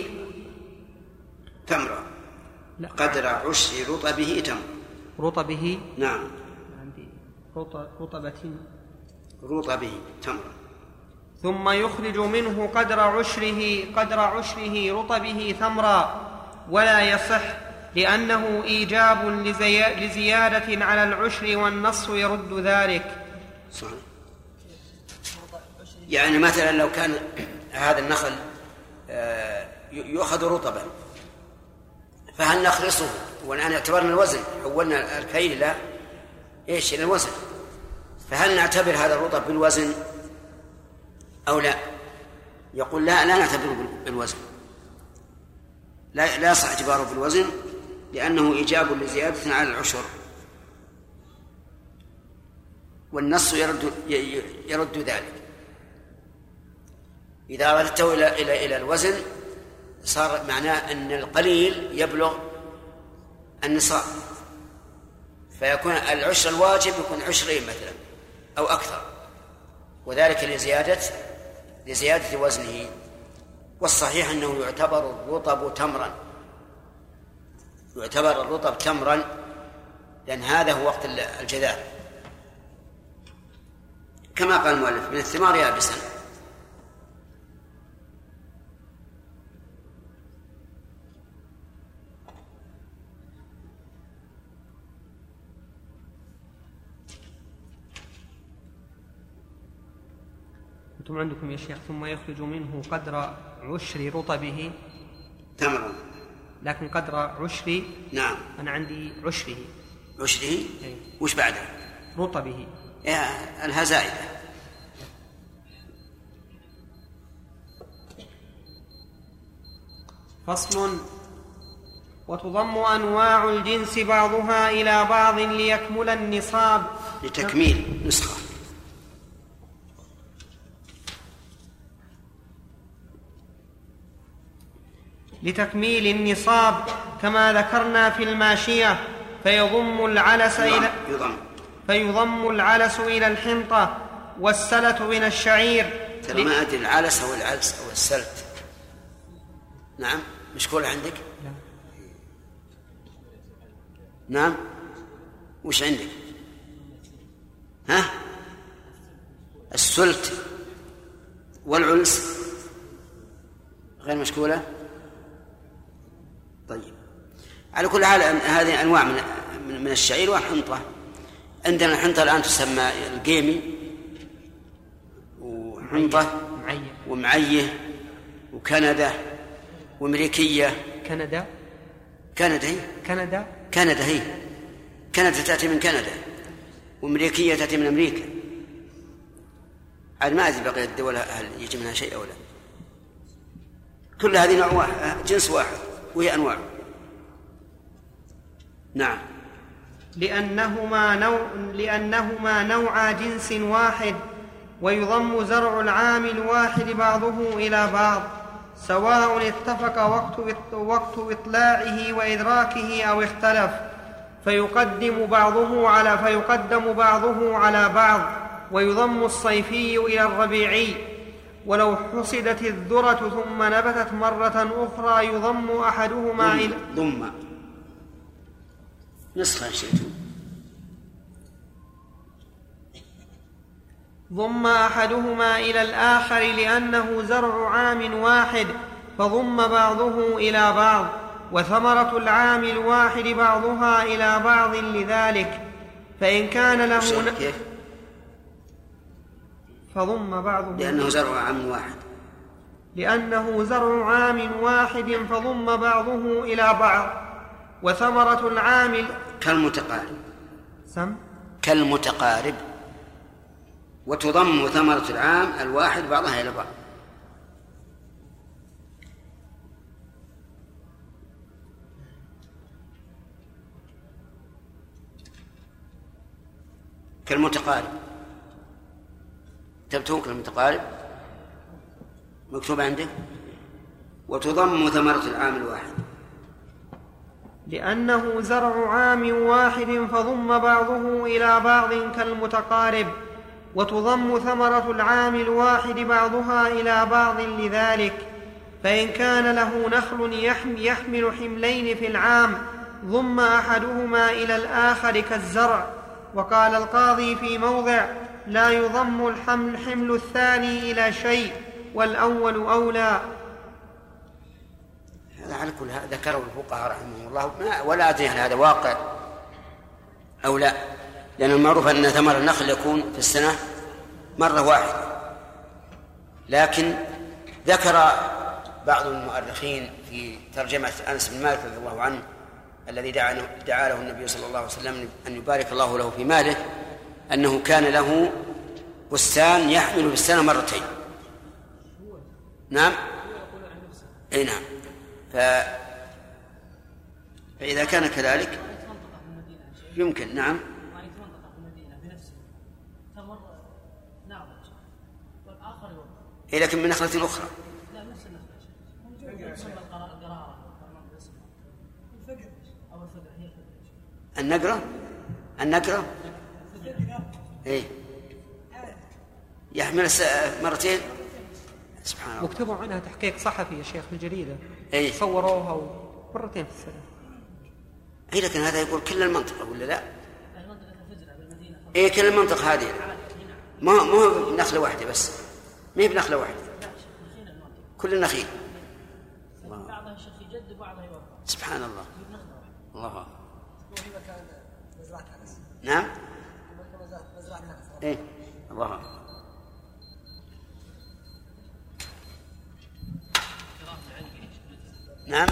تمرة قدر عشر رطبه تمر رطبه نعم عندي رطبة رطبه تمر ثم يخرج منه قدر عشره قدر عشره رطبه ثمرا، ولا يصح لأنه إيجاب لزيادة على العشر والنص يرد ذلك. صحيح. يعني مثلا لو كان هذا النخل يؤخذ رطبا فهل نخرصه؟ والآن اعتبرنا الوزن، حولنا الكيل إلى إيش؟ إلى الوزن، فهل نعتبر هذا الرطب بالوزن أو لا؟ يقول لا لا نعتبره بالوزن، لا لا يصح اعتباره بالوزن لأنه إيجاب لزيادة على العشر، والنص يرد يرد ذلك. إذا ردته إلى إلى إلى الوزن صار معناه أن القليل يبلغ النصاب، فيكون العشر الواجب يكون عشرين مثلا أو أكثر، وذلك لزيادة لزيادة وزنه. والصحيح أنه يعتبر الرطب تمرا، يعتبر الرطب تمرا لأن هذا هو وقت الجذاذ، كما قال المؤلف من الثمار يابسا. أنتم عندكم يا شيخ ثم يخرج منه قدر عشر رطبه تمرا، لكن قدر عشر نعم أنا عندي عشره عشره أي. وش بعده؟ رطبه يا الها زائدة. فصل. وتضم أنواع الجنس بعضها إلى بعض ليكمل النصاب لتكميل نسخة. لتكميل النصاب كما ذكرنا في الماشية، فيضم العلس إلى يضم فيضم العلس إلى الحنطة والسلت من الشعير. ترى ما أدري العلس أو العلس أو السلت. نعم مشكول عندك؟ لا. نعم وش عندك؟ ها السلت والعلس غير مشكولة. طيب على كل حال هذه أنواع من من الشعير والحنطة. عندنا الحنطة الآن تسمى القيمي وحنطة ومعيه وكندا وأمريكية. كندا كندا هي كندا كندا هي كندا تأتي من كندا وأمريكية تأتي من أمريكا. عاد ما أدري بقية الدول هل يجي منها شيء أو لا. كل هذه نوع واحد جنس واحد وهي أنواع. نعم لأنهما نوع لأنهما نوع جنس واحد، ويضم زرع العام الواحد بعضه إلى بعض سواء اتفق وقت وقت إطلاعه وإدراكه أو اختلف، فيقدم بعضه على فيقدم بعضه على بعض، ويضم الصيفي إلى الربيعي. ولو حصدت الذرة ثم نبتت مرة أخرى يضم أحدهما إلى ضم نسخة شئتم ضم أحدهما إلى الآخر لأنه زرع عام واحد، فضم بعضه إلى بعض. وثمرة العام الواحد بعضها إلى بعض لذلك، فإن كان له كيف؟ فضم بعضه لأنه زرع عام واحد لأنه زرع عام واحد فضم بعضه إلى بعض. وثمرة العام كالمتقارب سم كالمتقارب وتضم ثمرة العام الواحد بعضها إلى بعض. كالمتقارب تبتون كالمتقارب مكتوب عندك. وتضم ثمرة العام الواحد لأنه زرع عام واحد فضم بعضه إلى بعض كالمتقارب. وتضم ثمرة العام الواحد بعضها إلى بعض لذلك، فإن كان له نخل يحمل حملين في العام ضم أحدهما إلى الآخر كالزرع. وقال القاضي في موضع: لا يضم الحمل حمل الثاني إلى شيء والأول أولى. هذا على كل هذا ذكره الفقهاء رحمه الله، ولا أدري هل هذا واقع أو لا، لأن المعروف أن ثمر النخل يكون في السنة مرة واحدة. لكن ذكر بعض المؤرخين في ترجمة أنس بن مالك رضي الله عنه الذي دعا دعا له النبي صلى الله عليه وسلم أن يبارك الله له في ماله، أنه كان له بستان يحمل في السنة مرتين. نعم أي نعم. ف... فإذا كان كذلك يمكن. نعم إيه، لكن من نخلة أخرى. النقرة النقرة إيه يحمل مرتين. سبحان الله. مكتوب عنها تحقيق صحفي يا شيخ في الجريدة. إيه؟ صوروها مرتين في السنة. إيه لكن هذا يقول كل المنطقة ولا لا؟ إيه كل المنطقة هذه، ما هو نخلة واحدة بس، ما هي بنخلة واحدة، كل النخيل. سبحان الله. الله. نعم إيه الله. نعم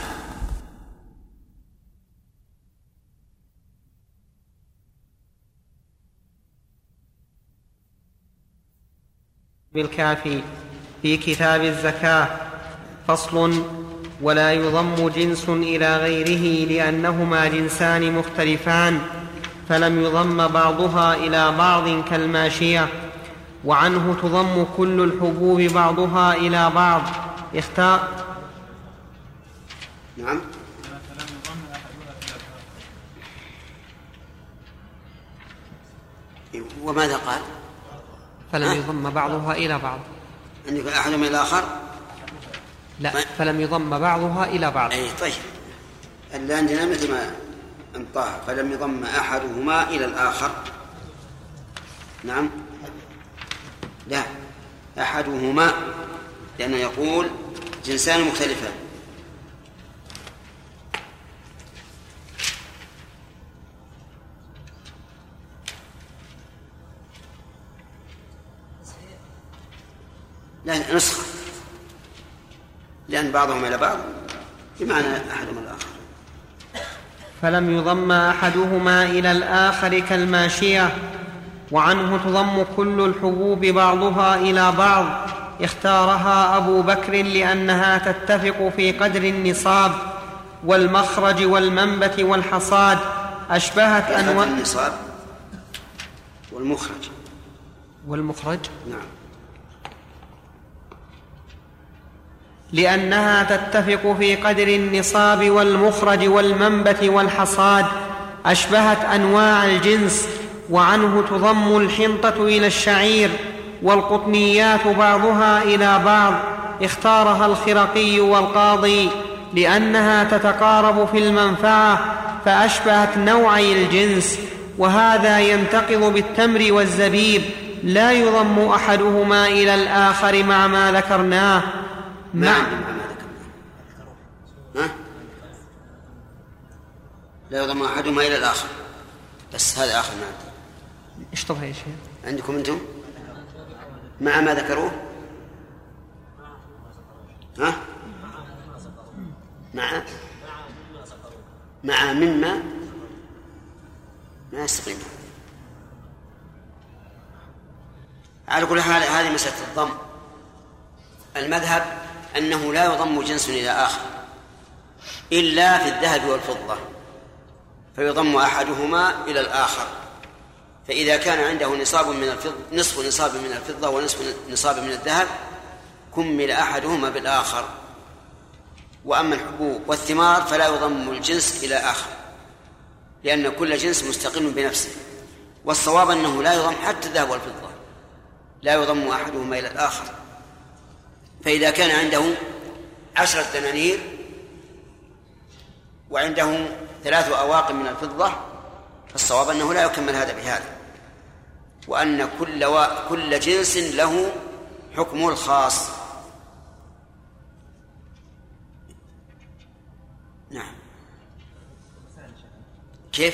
بالكافي في كتاب الزكاة. فصل: ولا يضم جنس إلى غيره لأنهما جنسان مختلفان، فلم يضم بعضها إلى بعض كالماشية. وعنه تضم كل الحبوب بعضها إلى بعض. اختار نعم وماذا قال؟ فلم يضم بعضها إلى بعض. أن يكون أحدهم إلى آخر؟ لا، فلم يضم بعضها إلى بعض. أي طيب، اللي عندنا مثل ما انطاه، فلم يضم أحدهما إلى الآخر. نعم لا، أحدهما، لأنه يقول جنسان مختلفان. لا نسخة، لأن بعضهم إلى بعض بمعنى أحدهما الآخر. فلم يضم أحدهما إلى الآخر كالماشية. وعنه تضم كل الحبوب بعضها إلى بعض. اختارها أبو بكر لأنها تتفق في قدر النصاب والمخرج والمنبت والحصاد. أشبهت أنواع النصاب والمخرج والمخرج نعم، لأنها تتفق في قدر النصاب والمخرج والمنبت والحصاد. أشبهت أنواع الجنس. وعنه تضم الحنطة إلى الشعير والقطنيات بعضها إلى بعض. اختارها الخرقي والقاضي لأنها تتقارب في المنفعة فأشبهت نوعي الجنس. وهذا ينتقض بالتمر والزبيب، لا يضم أحدهما إلى الآخر مع ما ذكرناه. مع ما ذكرناه. لا يضم أحدهما إلى الآخر. بس هذا آخر ما عندي. إيش طبعا يا شيخ عندكم أنتم مع ما ذكروه؟ ها؟ مع مع مما ما يستقيم. على كل حال هذه مسألة الضم. المذهب أنه لا يضم جنس إلى آخر إلا في الذهب والفضة، فيضم أحدهما إلى الآخر. فإذا كان عنده نصاب من الفضة نصف نصاب من الفضة ونصف نصاب من الذهب كمل أحدهما بالآخر. وأما الحبوب والثمار فلا يضم الجنس إلى آخر، لأن كل جنس مستقل بنفسه. والصواب أنه لا يضم حتى الذهب والفضة، لا يضم أحدهما إلى الآخر. فإذا كان عنده عشرة دنانير وعنده ثلاث أواق من الفضة فالصواب أنه لا يكمل هذا بهذا، وأن كل, و... كل جنس له حكمه الخاص. نعم. كيف؟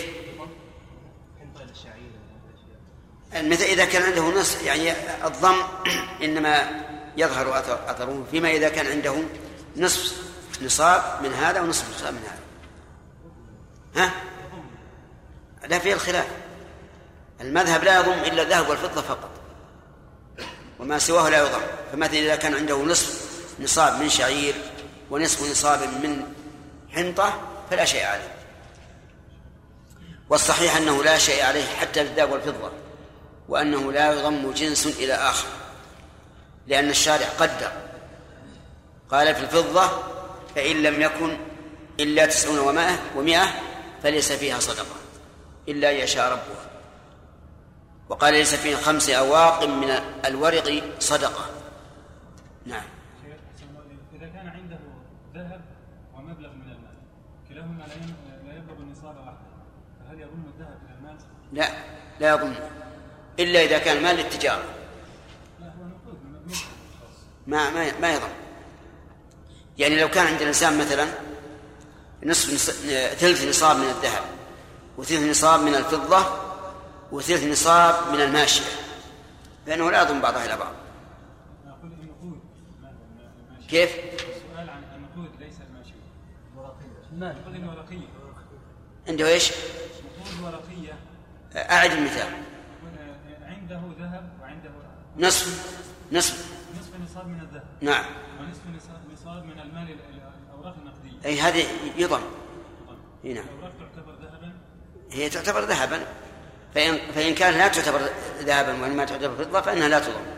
مثل إذا كان عنده نص يعني الضم إنما يظهر أثره فيما إذا كان عنده نصف نصاب من هذا ونصف نصاب من هذا. ها؟ لا فيه الخلاف. المذهب لا يضم إلا الذهب والفضة فقط، وما سواه لا يضم. فمثلا إذا كان عنده نصف نصاب من شعير ونصف نصاب من حنطة فلا شيء عليه. والصحيح أنه لا شيء عليه حتى الذهب والفضة، وأنه لا يضم جنس إلى آخر، لأن الشارع قدر قال في الفضة فإن لم يكن إلا تسعون ومائة ومائة فليس فيها صدقة إلا يشاء ربها، وقال ليس فيها خمس أواق من الورق صدقة. نعم. إذا كان عنده ذهب ومبلغ من المال كلاهما لا يبلغ النصاب واحدا فهل يضم الذهب إلى المال؟ لا لا يضم إلا إذا كان المال للتجارة. ما ما ما يضم. يعني لو كان عند الإنسان مثلا نصف ثلث نصاب من الذهب وثلث نصاب من الفضة وثلث نصاب من الماشية فإنه لا يضم بعضها إلى بعض. كيف؟ السؤال عن النقود ليس الماشية. النقود الورقية. عنده إيش؟ نقود ورقية. أعد المثال. عنده ذهب وعنده نصف نصف نصف نصاب من الذهب. نعم. ونصف نصاب من المال الأوراق النقدية. أي هذه يضم. هنا. الأوراق تعتبر ذهبا. هي تعتبر ذهبا، فإن فإن كان لا تعتبر ذهبا وإنما تعتبر فضة فإنها لا تضم.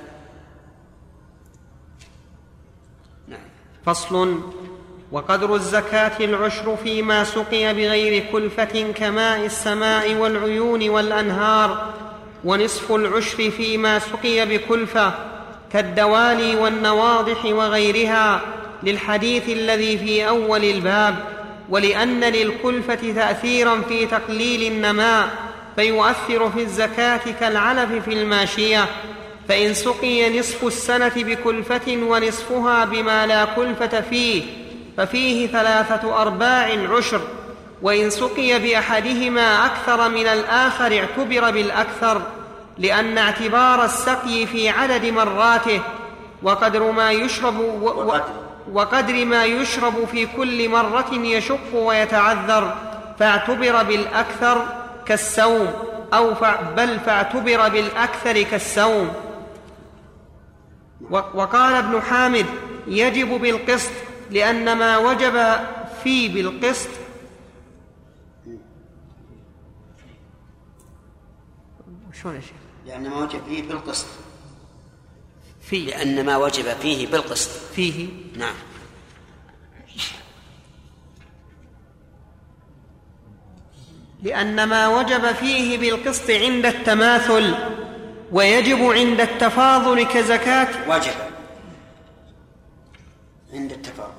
نعم. فصل. وقدر الزكاة العشر فيما سقي بغير كلفة كماء السماء والعيون والأنهار، ونصف العشر فيما سقي بكلفة كالدوالي والنواضح وغيرها، للحديث الذي في أول الباب، ولأن للكلفة تأثيرا في تقليل النماء فيؤثر في الزكاة كالعلف في الماشية. فإن سقي نصف السنة بكلفة ونصفها بما لا كلفة فيه ففيه ثلاثة أرباع عشر، وإن سقي بأحدهما أكثر من الآخر اعتبر بالأكثر، لأن اعتبار السقي في عدد مراته وقدر ما يشرب و... وقدر ما يشرب في كل مرة يشق ويتعذر، فاعتبر بالأكثر كالسوم أو ف... بل فاعتبر بالأكثر كالسوم. و... وقال ابن حامد يجب بالقسط، لأن ما وجب فيه بالقسط شلون يا شيخ؟ لأن ما وجب فيه بالقسط فيه لأن ما وجب فيه بالقسط فيه نعم. لأن ما وجب فيه بالقسط عند التماثل، ويجب عند التفاضل كزكاة وجب عند التفاضل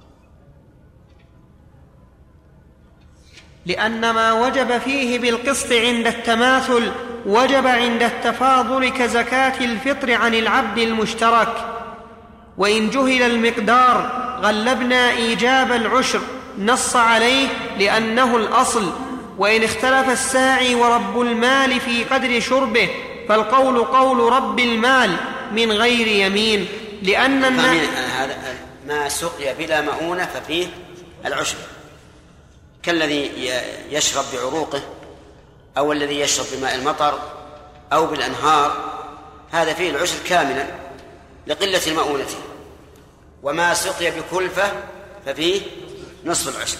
لأن ما وجب فيه بالقسط عند التماثل وجب عند التفاضل كزكاة الفطر عن العبد المشترك. وإن جهل المقدار غلبنا إيجاب العشر، نص عليه لأنه الأصل، وإن اختلف الساعي ورب المال في قدر شربه فالقول قول رب المال من غير يمين، لأن هذا ما سقي بلا مؤونة ففيه العشر، كالذي يشرب بعروقه أو الذي يشرب بماء المطر أو بالأنهار، هذا فيه العشر كاملا لقلة المؤونة. وما سقي بكلفة ففيه نصف العشر،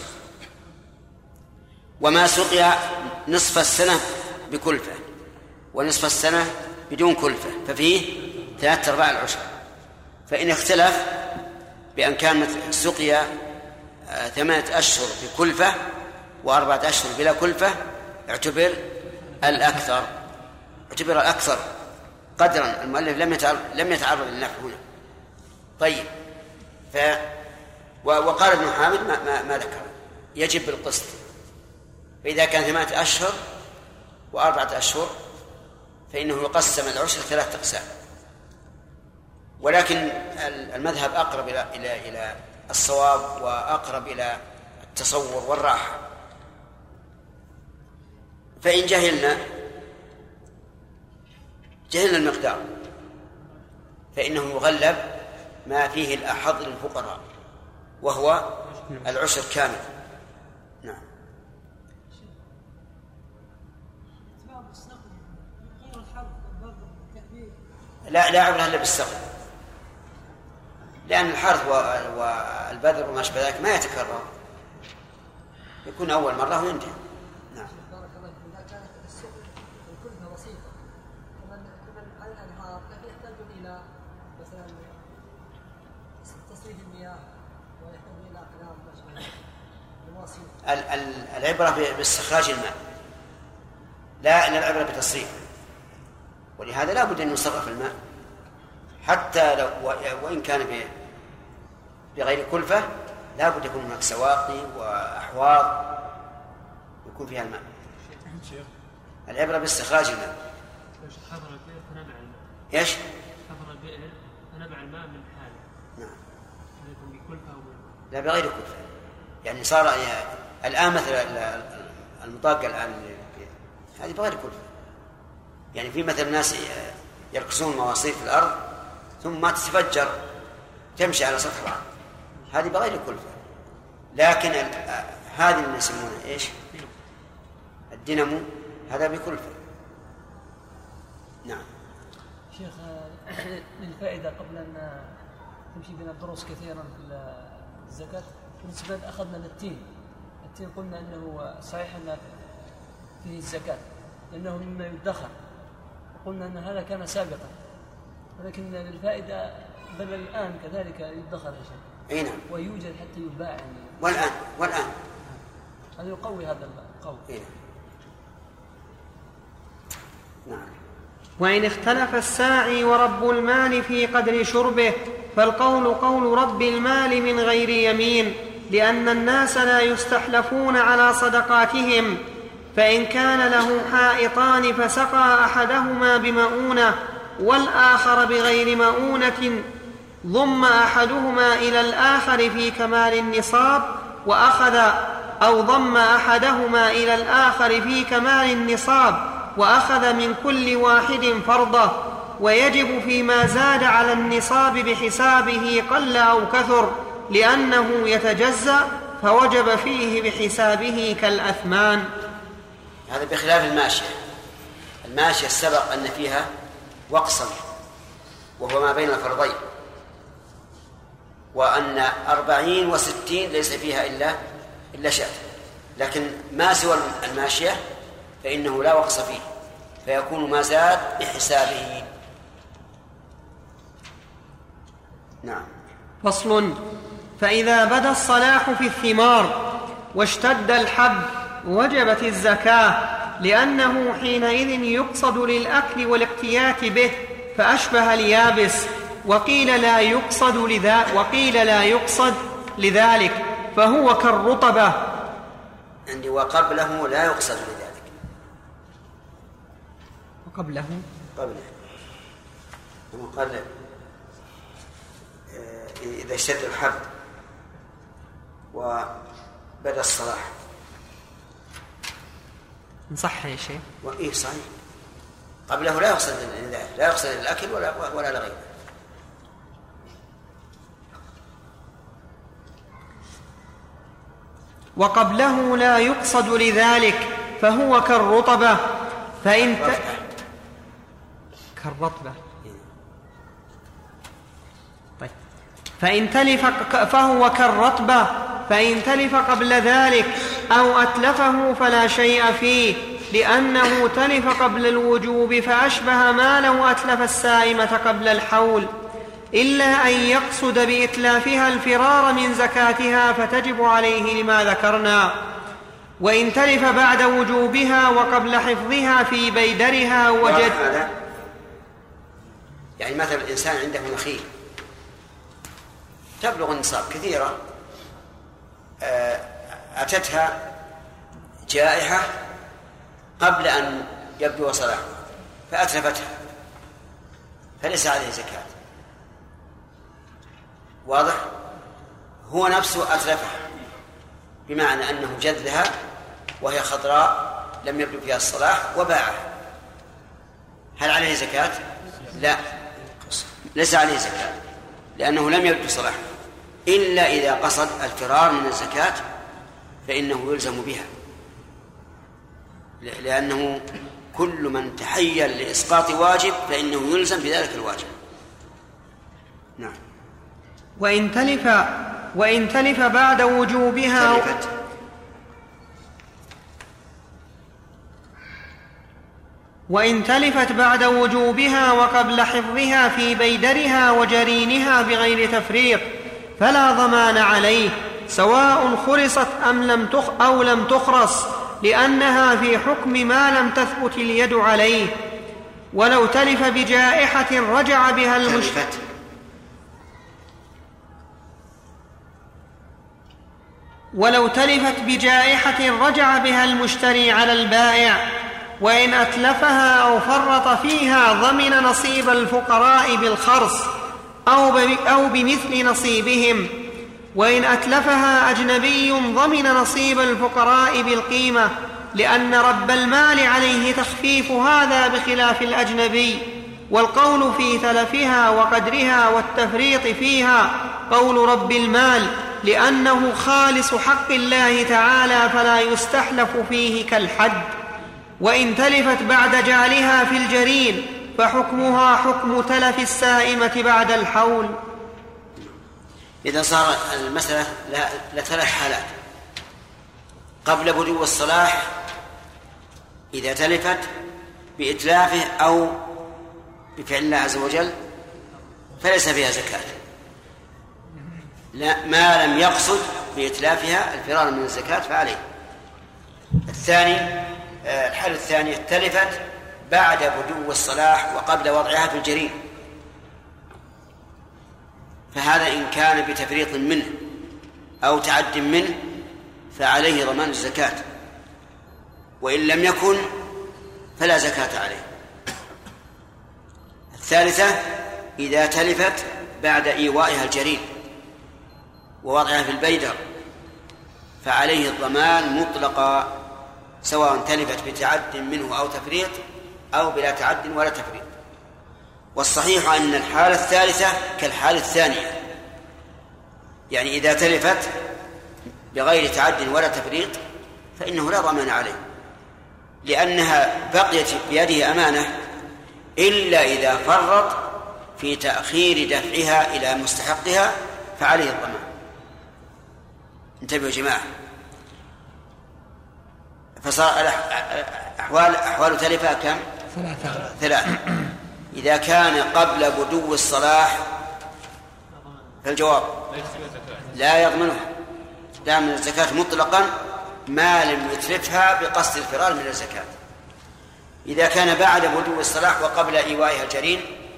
وما سقي نصف السنة بكلفة ونصف السنة بدون كلفة ففيه ثلاثة أرباع العشر. فإن اختلف بأن كان سقي ثمانية أشهر بكلفة وأربعة أشهر بلا كلفة اعتبر الأكثر اعتبر الأكثر قدرا. المؤلف لم يتعرض لم يتعرض للنحو هنا. طيب، ف وقال ابن حامد ما, ما, ما ذكر يجب بالقسط، فإذا كان ثمانية أشهر وأربعة أشهر فإنه يقسم العشر ثلاثة أقسام، ولكن المذهب أقرب إلى إلى إلى الصواب وأقرب إلى التصور والراحة. فإن جهلنا جهلنا المقدار فإنه يغلب ما فيه الأحظ للفقراء وهو العشر كامل. نعم. لا لا عبرة إلا بالسقي، لأن الحرث والبذر وما شابه ذلك ما يتكرر، يكون أول مرة وينتهي. نعم. بارك الله فيك. إذا كانت السقي الكلفة بسيطة كمان كمان على الأنهار لكن يحتاجون إلى مثلا تصريف المياه ويحتاجون إلى أقلام ما شابه المواسير. العبرة باستخراج الماء لا إن العبرة بتصريف، ولهذا لا بد أن يصرف الماء حتى لو وإن كان بغير كلفة، لا بد يكون هناك سواقي وأحواض يكون فيها الماء. العبرة باستخراج الماء. حضر البئر فنبع الماء. ايش؟ حضر البئر فنبع الماء من حاله. نعم. يكون بكلفة أو لا بغير كلفة، يعني صار الآن مثلا المطاقة الآن هذه بغير كلفة، يعني في مثل الناس يركزون مواسير في الأرض ثم ما تتفجر تمشي على سطح الأرض، هذه بغير كلفة. لكن هذه اللي يسمونها إيش؟ الدينامو، هذا بكلفة. نعم. شيخ، للفائدة قبل أن تمشي بنا الدروس كثيرا في الزكاة، بالنسبة أخذنا للتين. التين قلنا أنه صحيح أن فيه الزكاة لأنه مما يدخر، قلنا أن هذا كان سابقا، ولكن للفائدة بل الآن كذلك يدخر يا شيخ. أي نعم. ويوجد حتى يباع يعني. والآن والآن هذا يقوي هذا القول. إيه. نعم. وإن اختلف الساعي ورب المال في قدر شربه فالقول قول رب المال من غير يمين، لأن الناس لا يستحلفون على صدقاتهم، فإن كان له حائطان فسقى أحدهما بمؤونة والآخر بغير مؤونة ضم أحدهما إلى الآخر في كمال النصاب وأخذ أو ضم أحدهما إلى الآخر في كمال النصاب وأخذ من كل واحد فرضه، ويجب فيما زاد على النصاب بحسابه قل أو كثر، لأنه يتجزأ فوجب فيه بحسابه كالأثمان. هذا بخلاف الماشية. الماشية سبق أن فيها وقصا وهو ما بين الفرضين، وأن أربعين وستين ليس فيها إلا إلا شاة، لكن ما سوى الماشية فإنه لا وقص فيه، فيكون ما زاد بحسابه. نعم. فصل. فإذا بدا الصلاح في الثمار واشتد الحب وجبت الزكاة، لأنه حينئذ يقصد للأكل والاقتيات به فأشبه اليابس، وقيل لا يقصد لذا وقيل لا يقصد لذلك فهو كالرطبة. عندي وقبله لا يقصد لذلك. وقبله قبله قال إذا اشتد الحب وبدا الصلاح صح يا شيخ؟ وإيه صحيح. قبله لا يقصد لا يقصد الأكل ولا ولا لغيره. وقبله لا يقصد لذلك فهو كالرطبة فإن ت... كالرطبة طيب. فإن تلف فهو كالرطبة فإن تلف قبل ذلك أو أتلفه فلا شيء فيه لأنه تلف قبل الوجوب فأشبه ما لو أتلف السائمة قبل الحول إلا أن يقصد بإتلافها الفرار من زكاتها فتجب عليه لما ذكرنا. وإن تلف بعد وجوبها وقبل حفظها في بيدرها وجد يعني مثلا الإنسان عنده نخيل تبلغ النصاب كثيرة، أتتها جائحة قبل أن يبدو صلاحها فأتلفتها فليس عليه زكاة. واضح؟ هو نفسه أتلفها بمعنى أنه جذلها وهي خضراء لم يبدو فيها الصلاح وباعها، هل عليه زكاة؟ لا، ليس عليه زكاة لأنه لم يبدو صلاحها، إلا إذا قصد الفرار من الزكاة فإنه يلزم بها، لأنه كل من تحيل لإسقاط واجب فإنه يلزم بذلك الواجب. نعم. وإن تلف وإن تلف بعد وجوبها تلفت. وإن تلفت بعد وجوبها وقبل حفظها في بيدرها وجرينها بغير تفريط فلا ضمان عليه سواء خرصت أم لم تخ أو لم تخرص لأنها في حكم ما لم تثبت اليد عليه. ولو تلف بجائحة رجع بها المشتري ولو تلفت بجائحة رجع بها المشتري على البائع، وإن أتلفها أو فرط فيها ضمن نصيب الفقراء بالخرص أو بمثل نصيبهم، وإن أتلفها أجنبي ضمن نصيب الفقراء بالقيمة، لأن رب المال عليه تخفيف هذا بخلاف الأجنبي. والقول في تلفها وقدرها والتفريط فيها قول رب المال، لأنه خالص حق الله تعالى فلا يستحلف فيه كالحد. وإن تلفت بعد جعلها في الجرين فحكمها حكم تلف السائمة بعد الحول. إذا صار المسألة لثلاث حالات: قبل بدو الصلاح إذا تلفت بإتلافه أو بفعل الله عز وجل فليس فيها زكاة، لا ما لم يقصد بإتلافها الفرار من الزكاة فعليه. الثاني الحالة الثانية تلفت بعد بدو الصلاح وقبل وضعها في الجرين، فهذا إن كان بتفريط منه أو تعد منه فعليه ضمان الزكاة، وإن لم يكن فلا زكاة عليه. الثالثة إذا تلفت بعد إيوائها الجرين ووضعها في البيدر فعليه الضمان مطلقا، سواء تلفت بتعد منه أو تفريط أو بلا تعد ولا تفريط. والصحيح أن الحالة الثالثة كالحالة الثانية، يعني إذا تلفت بغير تعد ولا تفريط فإنه لا ضمان عليه، لأنها بقيت بيده أمانة إلا إذا فرط في تأخير دفعها إلى مستحقها فعليه الضمان. انتبهوا يا جماعة، فصار أحوال أحوال تلفها كم؟ ثلاثة. ثلاثة. إذا كان قبل بدو الصلاح فالجواب لا يضمنها، لا من الزكاة مطلقا ما لم يتلفها بقصد الفرار من الزكاة. إذا كان بعد بدو الصلاح وقبل إيوائها الجرين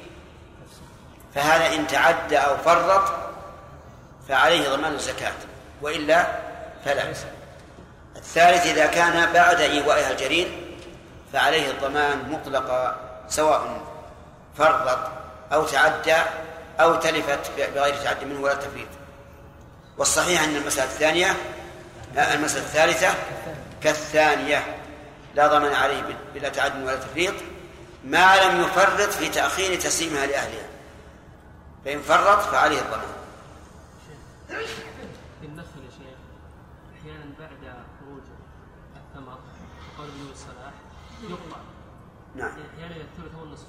فهذا إن تعدى أو فرط فعليه ضمان الزكاة، وإلا فلا. الثالث إذا كان بعد إيوائها الجرين فعليه الضمان مطلقا، سواء فرط أو تعدى أو تلفت بغير تعد منه ولا تفريط. والصحيح أن المسألة الثانية المسألة الثالثة كالثانية، لا ضمان عليه بلا تعد ولا تفريط ما لم يفرط في تأخير تسليمها لأهلها، فإن فرط فعليه الضمان. في النخل يا شيخ أحيانا بعد خروج الثمر قبل بلوغ الصلاح يقطع. نعم. أحيانا الثلث والنصف.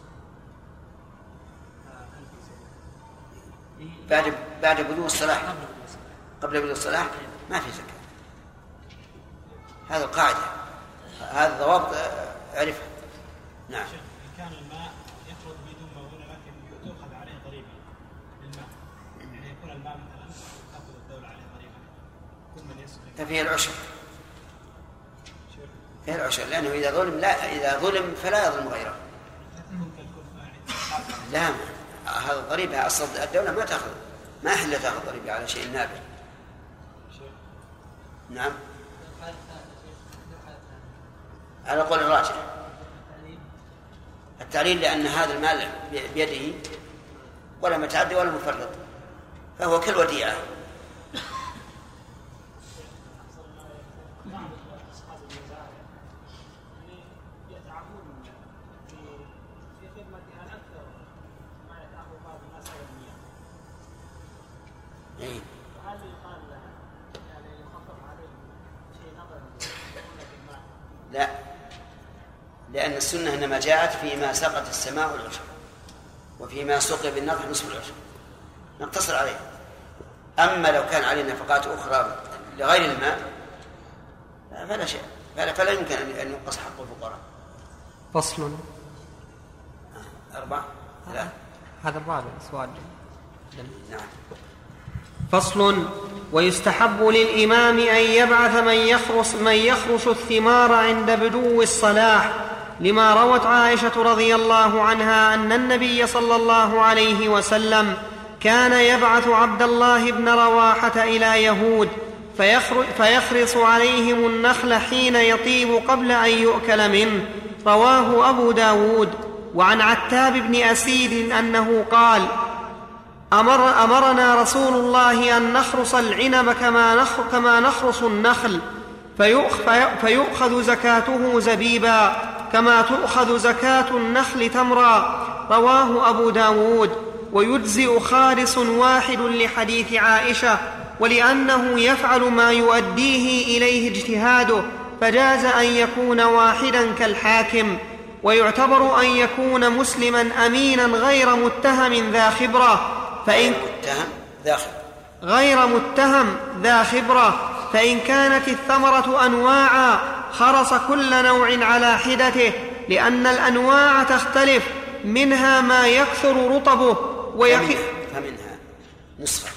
بعد بعد بلوغ الصلاح قبل بلوغ الصلاح ما في زكاة. هذا القاعدة، هذا الضوابط أعرفها. نعم. كان الماء يخرج بدون موضوع لكن تؤخذ عليه ضريبة للماء، يعني يكون الماء مثلا تأخذ الدولة عليه ضريبة كل من يسقي. ففيه العشر. فيه العشر لأنه إذا ظلم لا إذا ظلم فلا يظلم غيره. لا هذا الضريبة أصل الدولة ما تأخذ، ما أحل تأخذ ضريبة على شيء نابل. نعم. على قول الراجح التعليل لأن هذا المال بيده ولا متعدي ولا مفرط، فهو كالوديعة. لا، لأن السنة إنما جاءت فيما سقط السماء والعشر، وفيما سقي بالنضح نصف العشر نقتصر عليه. أما لو كان عليه نفقات أخرى لغير الماء فلا شيء، فلا, فلا يمكن أن ينقص حق الفقراء. فصل. أربعة. لا هذا الرابع سؤال. نعم. فصل. ويستحب للإمام أن يبعث من يخرس, من يخرس الثمار عند بدو الصلاح، لما روت عائشة رضي الله عنها أن النبي صلى الله عليه وسلم كان يبعث عبد الله بن رواحة إلى يهود فيخرس عليهم النخل حين يطيب قبل أن يؤكل منه. رواه أبو داود. وعن عتاب بن أسيد أنه قال: أمر أمرنا رسول الله أن نخرص العنب كما, نخ كما نخرص النخل، فيؤخذ زكاته زبيبا كما تؤخذ زكاة النخل تمرا. رواه أبو داود. ويجزئ خارص واحد لحديث عائشة، ولأنه يفعل ما يؤديه إليه اجتهاده فجاز أن يكون واحدا كالحاكم. ويعتبر أن يكون مسلما أمينا غير متهم ذا خبرة، فإن متهم ذا خبرة غير متهم ذا خبرة فإن كانت الثمرة أنواعا خرص كل نوع على حدته، لأن الأنواع تختلف، منها ما يكثر رطبه ويقل فمنها نصفا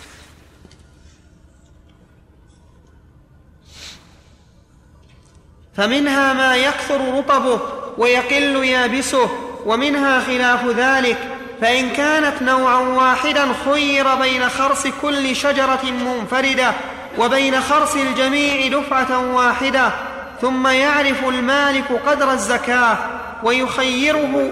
فمنها ما يكثر رطبه ويقل يابسه، ومنها خلاف ذلك. فإن كانت نوعا واحدا خير بين خرص كل شجرة منفردة وبين خرص الجميع دفعة واحدة، ثم يعرف المالك قدر الزكاة ويخيره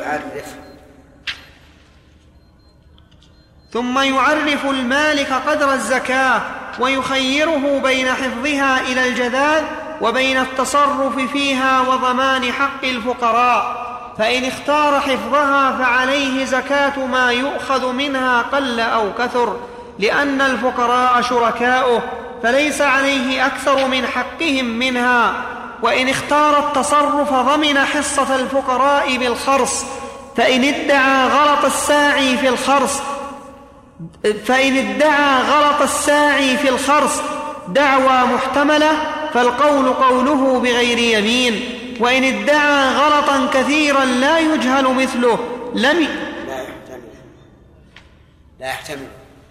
ثم يعرف المالك قدر الزكاة ويخيره بين حفظها إلى الجذاذ وبين التصرف فيها وضمان حق الفقراء. فإن اختار حفظها فعليه زكاة ما يؤخذ منها قل أو كثر، لأن الفقراء شركاؤه فليس عليه أكثر من حقهم منها. وإن اختار التصرف ضمن حصة الفقراء بالخرص، فإن ادعى غلط الساعي في الخرص فإن ادعى غلط الساعي في الخرص دعوى محتملة فالقول قوله بغير يمين. وإن ادعى غلطا كثيرا لا يجهل مثله لم ي... لا يحتمل لا يحتمل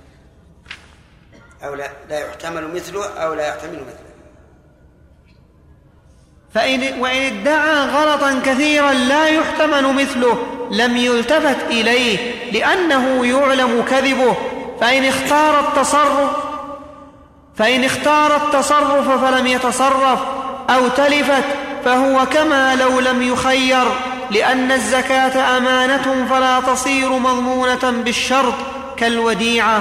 أو لا, لا يحتمل مثله أو لا يحتمل مثله. فإن وإن ادعى غلطا كثيرا لا يحتمل مثله لم يلتفت إليه، لأنه يعلم كذبه. فإن اختار التصرف فإن اختار التصرف فلم يتصرف أو تلفت فهو كما لو لم يخير، لأن الزكاة أمانة فلا تصير مضمونة بالشرط كالوديعة.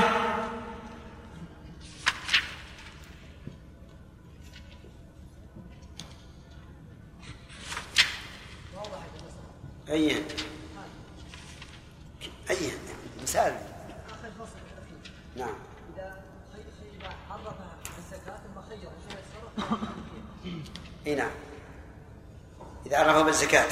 أي أي مثال. آخر فصل الأخير. نعم. إذا إذا عرف الزكاة ثم خير شو يتصرف؟ إيه نعم. إذا عرفه بالزكاة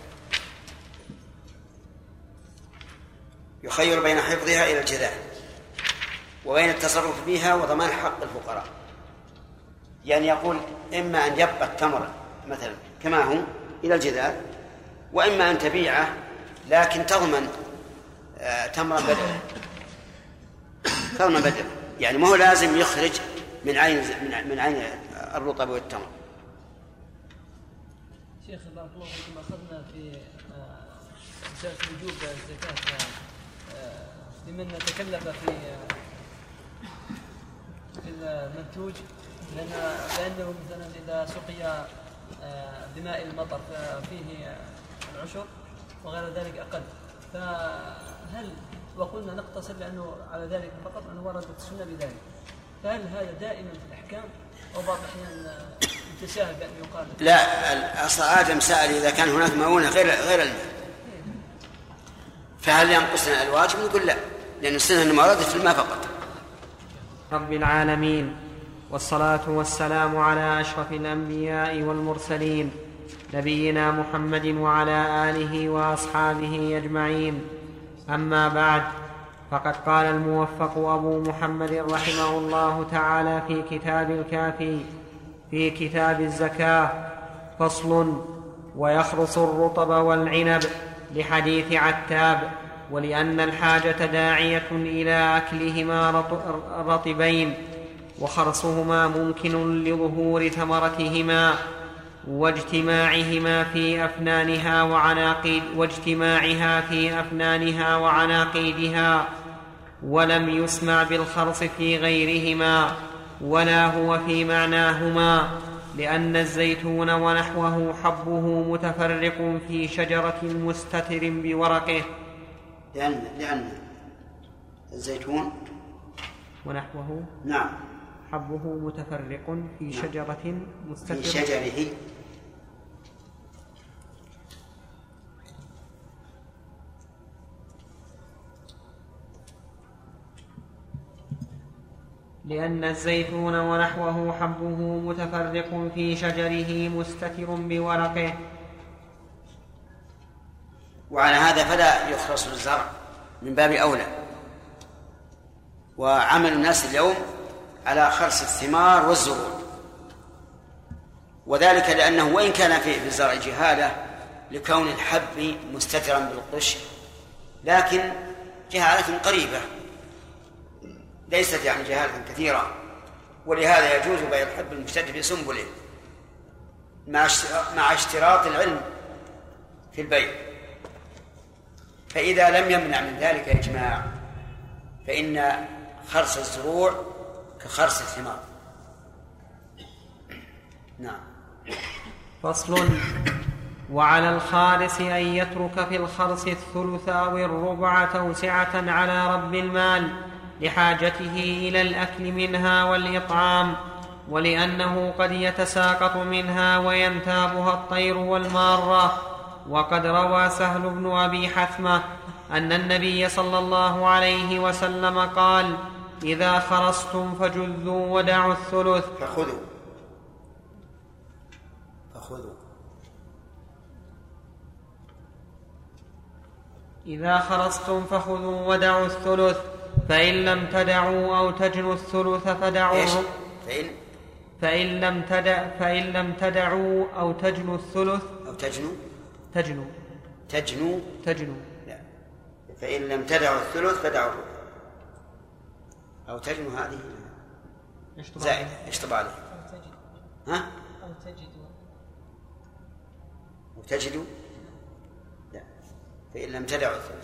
يخير بين حفظها إلى الجزاء وبين التصرف بها وضمان حق الفقراء. يعني يقول إما أن يبقى التمر مثلا كما هو إلى الجزاء، وإما أن تبيعه لكن تضمن آه تمرا بدلا تمرا بدلا يعني ما هو لازم يخرج من عين من عين الرطب والتمر. شيخ بارك الله فيكم، أخذنا في مسألة وجوب الزكاة لمن تكلف في في المنتوج، لأن لأنه مثلا إذا سقي بماء المطر فيه العشر وغير ذلك أقل، فهل وقلنا نقتصر لأنه على ذلك فقط أنه وردت السنة بذلك، فهل هذا دائما في الأحكام أو بعض الأحيان يتساهل بأن يقال؟ لا، أصل آدم سأل إذا كان هناك مؤونة غير غير الماء فهل ينقصنا الواجب؟ نقول لا، لأن السنة أنه وردت في الماء فقط. رب العالمين، والصلاة والسلام على أشرف الأنبياء والمرسلين نبينا محمد وعلى آله وأصحابه أجمعين. أما بعد، فقد قال الموفق أبو محمد رحمه الله تعالى في كتاب الكافي في كتاب الزكاة: فصل: ويخرص الرطب والعنب، لحديث عتاب، ولأن الحاجة داعية إلى أكلهما رطبين، وخرصهما ممكن لظهور ثمرتهما واجتماعهما في أفنانها وعناقيد واجتماعها في أفنانها وعناقيدها، ولم يسمع بالخرص في غيرهما ولا هو في معناهما، لأن الزيتون ونحوه حبه متفرق في شجرة مستتر بورقه. لأن, لأن الزيتون ونحوه نعم حبه متفرق في شجرة مستتر في شجره لأن الزيتون ونحوه حبه متفرق في شجره مستتر بورقه. وعلى هذا فلا يخرص الزرع من باب أولى، وعمل الناس اليوم على خرص الثمار والزروع، وذلك لأنه وإن كان في الزرع جهالة لكون الحب مستترا بالقش، لكن جهالة قريبة ليست يعني جهالة كثيرة، ولهذا يجوز بيع الحب المشتد بسنبله مع اشتراط العلم في البيع. فإذا لم يمنع من ذلك إجماع فإن خرص الزروع كخرص الثمار. نعم. فصل: وعلى الخالص أن يترك في الخرص الثلث أو الربع توسعة على رب المال لحاجته إلى الأكل منها والإطعام، ولأنه قد يتساقط منها وينتابها الطير والمارة. وقد روى سهل بن أبي حثمة أن النبي صلى الله عليه وسلم قال: إذا خرصتم فجذوا ودعوا الثلث فخذوا فخذوا إذا خرصتم فخذوا ودعوا الثلث، فإن لم تدعوا أو تجنوا الثلث فدعوا فإن فإن لم تدع فإن لم تدعوا أو تجنوا الثلث أو تجنوا تجنوا تجنوا تجنوا لا. فإن لم تدعوا الثلث فدعوا الربع أو تجنوا. هذه زائد اشطب عليه. ها؟ أو تجدوا أو تجدوا لا. فإن لم تدعوا الثلث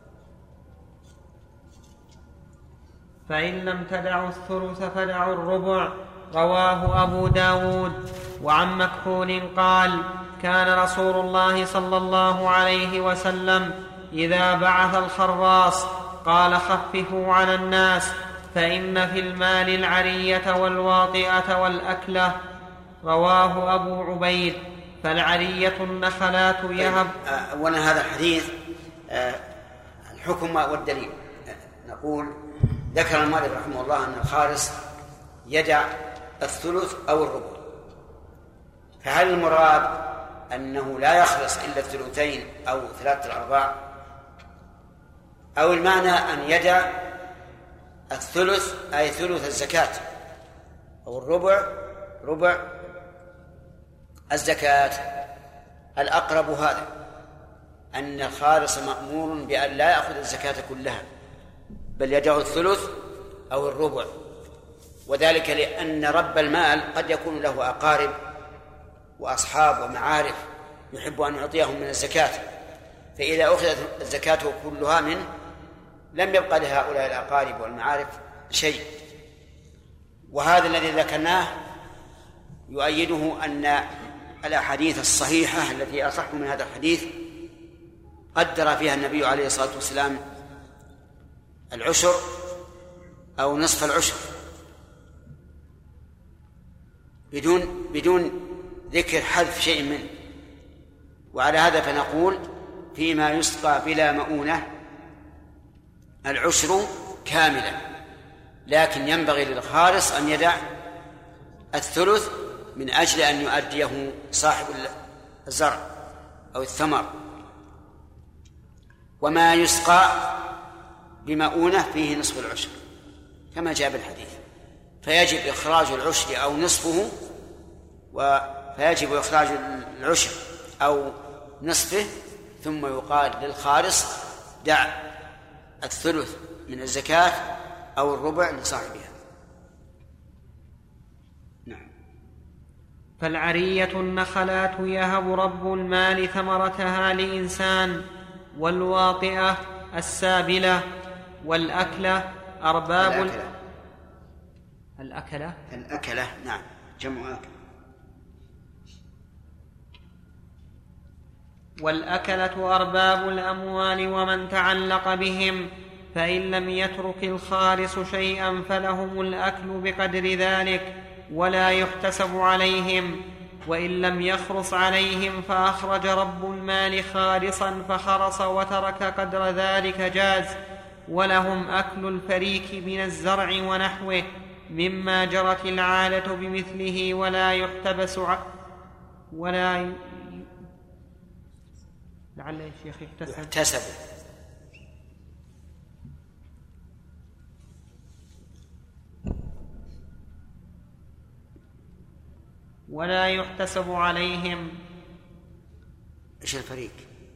فإن لم تدعوا الثلث فدعوا الربع. رواه أبو داود. وعن مكحول قال: كان رسول الله صلى الله عليه وسلم إذا بعث الخراص قال: خففوا على الناس، فإن في المال العرية والواطئة والأكلة. رواه أبو عبيد. فالعرية النخلات يهب. أولا هذا الحديث الحكم والدليل. نقول ذكر المؤلف رحمه الله أن الخالص يدع الثلث أو الربع، فهل المراد أنه لا يخلص إلا الثلثين أو ثلاثة الأرباع، أو المعنى أن يدع الثلث أي ثلث الزكاة أو الربع ربع الزكاة؟ الأقرب هذا، أن الخالص مأمور بأن لا يأخذ الزكاة كلها بل يدع الثلث أو الربع، وذلك لأن رب المال قد يكون له أقارب وأصحاب ومعارف يحب أن يعطيهم من الزكاة، فإذا أخذت الزكاة كلها منه لم يبقى لهؤلاء الأقارب والمعارف شيء. وهذا الذي ذكرناه يؤيده أن الأحاديث الصحيحة التي أصح من هذا الحديث قدر فيها النبي عليه الصلاة والسلام العشر أو نصف العشر بدون بدون ذكر حذف شيء منه. وعلى هذا فنقول فيما يسقى بلا مؤونة العشر كاملا، لكن ينبغي للخالص أن يدع الثلث من أجل أن يؤديه صاحب الزرع أو الثمر. وما يسقى بمؤونة فيه نصف العشر كما جاء بالحديث، فيجب إخراج العشر أو نصفه، فيجب إخراج العشر أو نصفه، ثم يقال للخالص دع الثلث من الزكاة أو الربع لصاحبها. نعم. فالعرية النخلات يهب رب المال ثمرتها لإنسان، والواطئة السابلة، والأكلة أرباب الأكلة الأكلة الأكلة نعم جمع أكل. والأكلة أرباب الأموال ومن تعلق بهم، فإن لم يترك الخالص شيئا فلهم الأكل بقدر ذلك ولا يحتسب عليهم، وإن لم يخرص عليهم فأخرج رب المال خالصا فخرص وترك قدر ذلك جاز، ولهم أكل الفريك من الزرع ونحوه مما جرت العادة بمثله ولا يحتبس ع... ولا ي... لعل الشيخ يحتسب, يحتسب. ولا يحتسب عليهم. إيش الفريق؟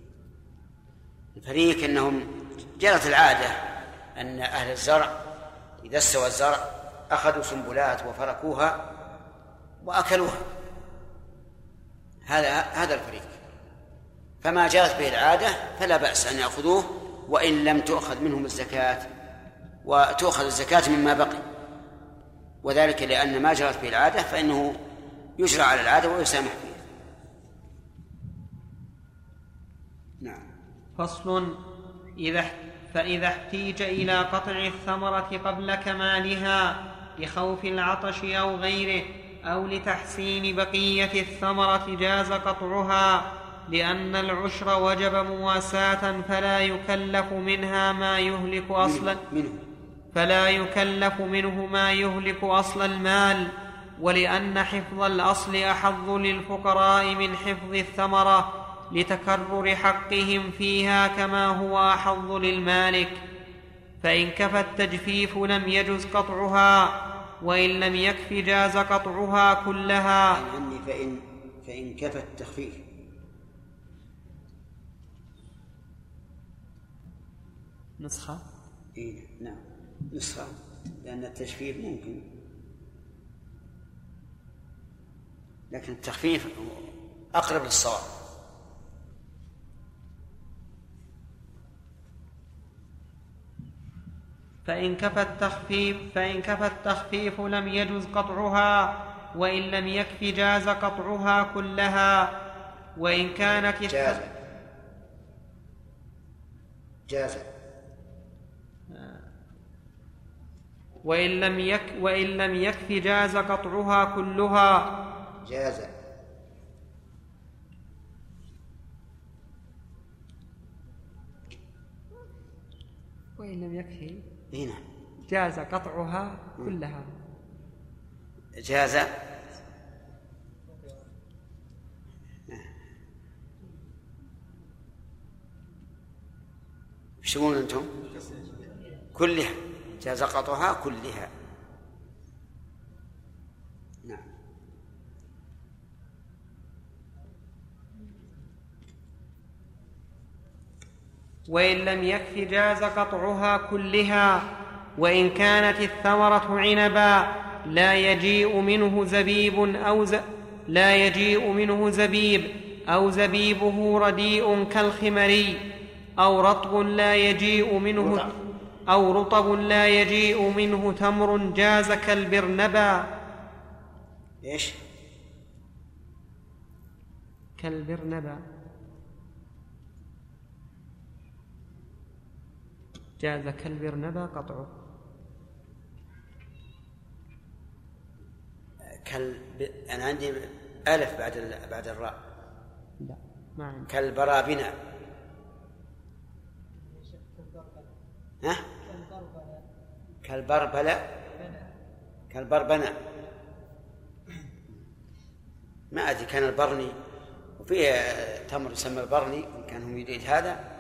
الفريق أنهم جرت العادة أن أهل الزرع إذا استوى الزرع أخذوا سنبلات وفركوها وأكلوها، هذا هذا الفريق، فما جرت به العادة فلا بأس أن يأخذوه وإن لم تؤخذ منهم الزكاة، وتؤخذ الزكاة مما بقي، وذلك لأن ما جرت به العادة فإنه يجرى على العادة ويسامح فيها. نعم. فصل. إذا فإذا احتيج إلى قطع الثمرة قبل كمالها لخوف العطش أو غيره أو لتحسين بقية الثمرة جاز قطعها، لأن العشر وجب مواساة فلا يكلف منها ما يهلك أصلا فلا يكلف منه ما يهلك أصل المال، ولأن حفظ الأصل أحظ للفقراء من حفظ الثمرة لتكرر حقهم فيها كما هو أحظ للمالك. فإن كفى التجفيف لم يجز قطعها، وإن لم يكف جاز قطعها كلها. يعني فإن, فإن كفى التخفيف نسخة إيه نعم نسخة، لأن التجفيف ممكن، لكن التخفيف أقرب للصواب. فإن كفى التخفيف فإن كفى التخفيف لم يجز قطعها، وإن لم يكف جاز قطعها كلها. وإن كانت جاز جاز وإن لم يك وإن لم يكف جاز قطعها كلها. جاز وإن لم يكفي هنا جاز قطعها كلها. جاز ايش تقولون انتم؟ كلها جاز قطعها كلها. نعم. وإن لم يكف جاز قطعها كلها، وإن كانت الثمرة عنبا لا يجيء منه زبيب أو ز... لا يجيء منه زبيب أو زبيبه رديء كالخمري، أو رطب لا يجيء منه أو رطب لا يجيء منه تمر جاز كالبرنبا. إيش؟ كالبرنبا جاز كالبرنبا قطعه. كال أنا عندي ألف بعد ال... بعد الراء. لا ما عندي. كالبرابنة. ها؟ كالبربلة كالبربنة ما أدري. كان البرني وفيه تمر يسمى البرني إن كان هم يريد هذا.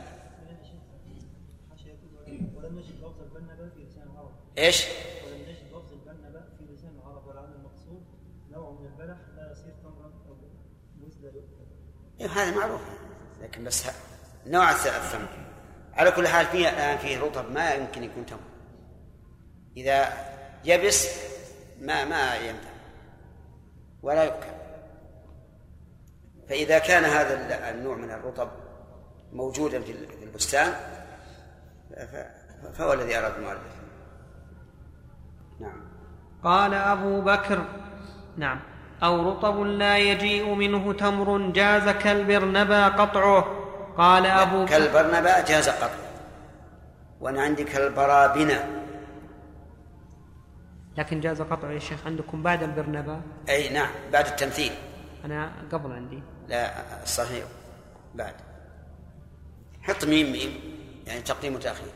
ولم نجد لفظ البرنبة في لسان العرب. إيش؟ ولم نجد لفظ البرنبة في لسان العرب، ولعل المقصود نوع من البلح لا يصير تمرا أو مثل. هذا معروف، لكن بس نوع الثمر. على كل حال فيه الآن فيه رطب ما يمكن يكون تمر. إذا يبس ما ما ينفع ولا يؤكل. فإذا كان هذا النوع من الرطب موجودا في البستان فهو الذي أراد المؤلف. نعم. قال أبو بكر نعم أو رطب لا يجيء منه تمر جاز كالبرنبا قطعه. قال أبو بكر كالبرنبا جاز قطعه، وأنا عندي كالبرابنة. لكن جاز قطعه يا شيخ عندكم بعد البرنبا؟ أي نعم بعد التمثيل. أنا قبل عندي. لا صحيح بعد. حط ميم ميم يعني تقديم وتأخير.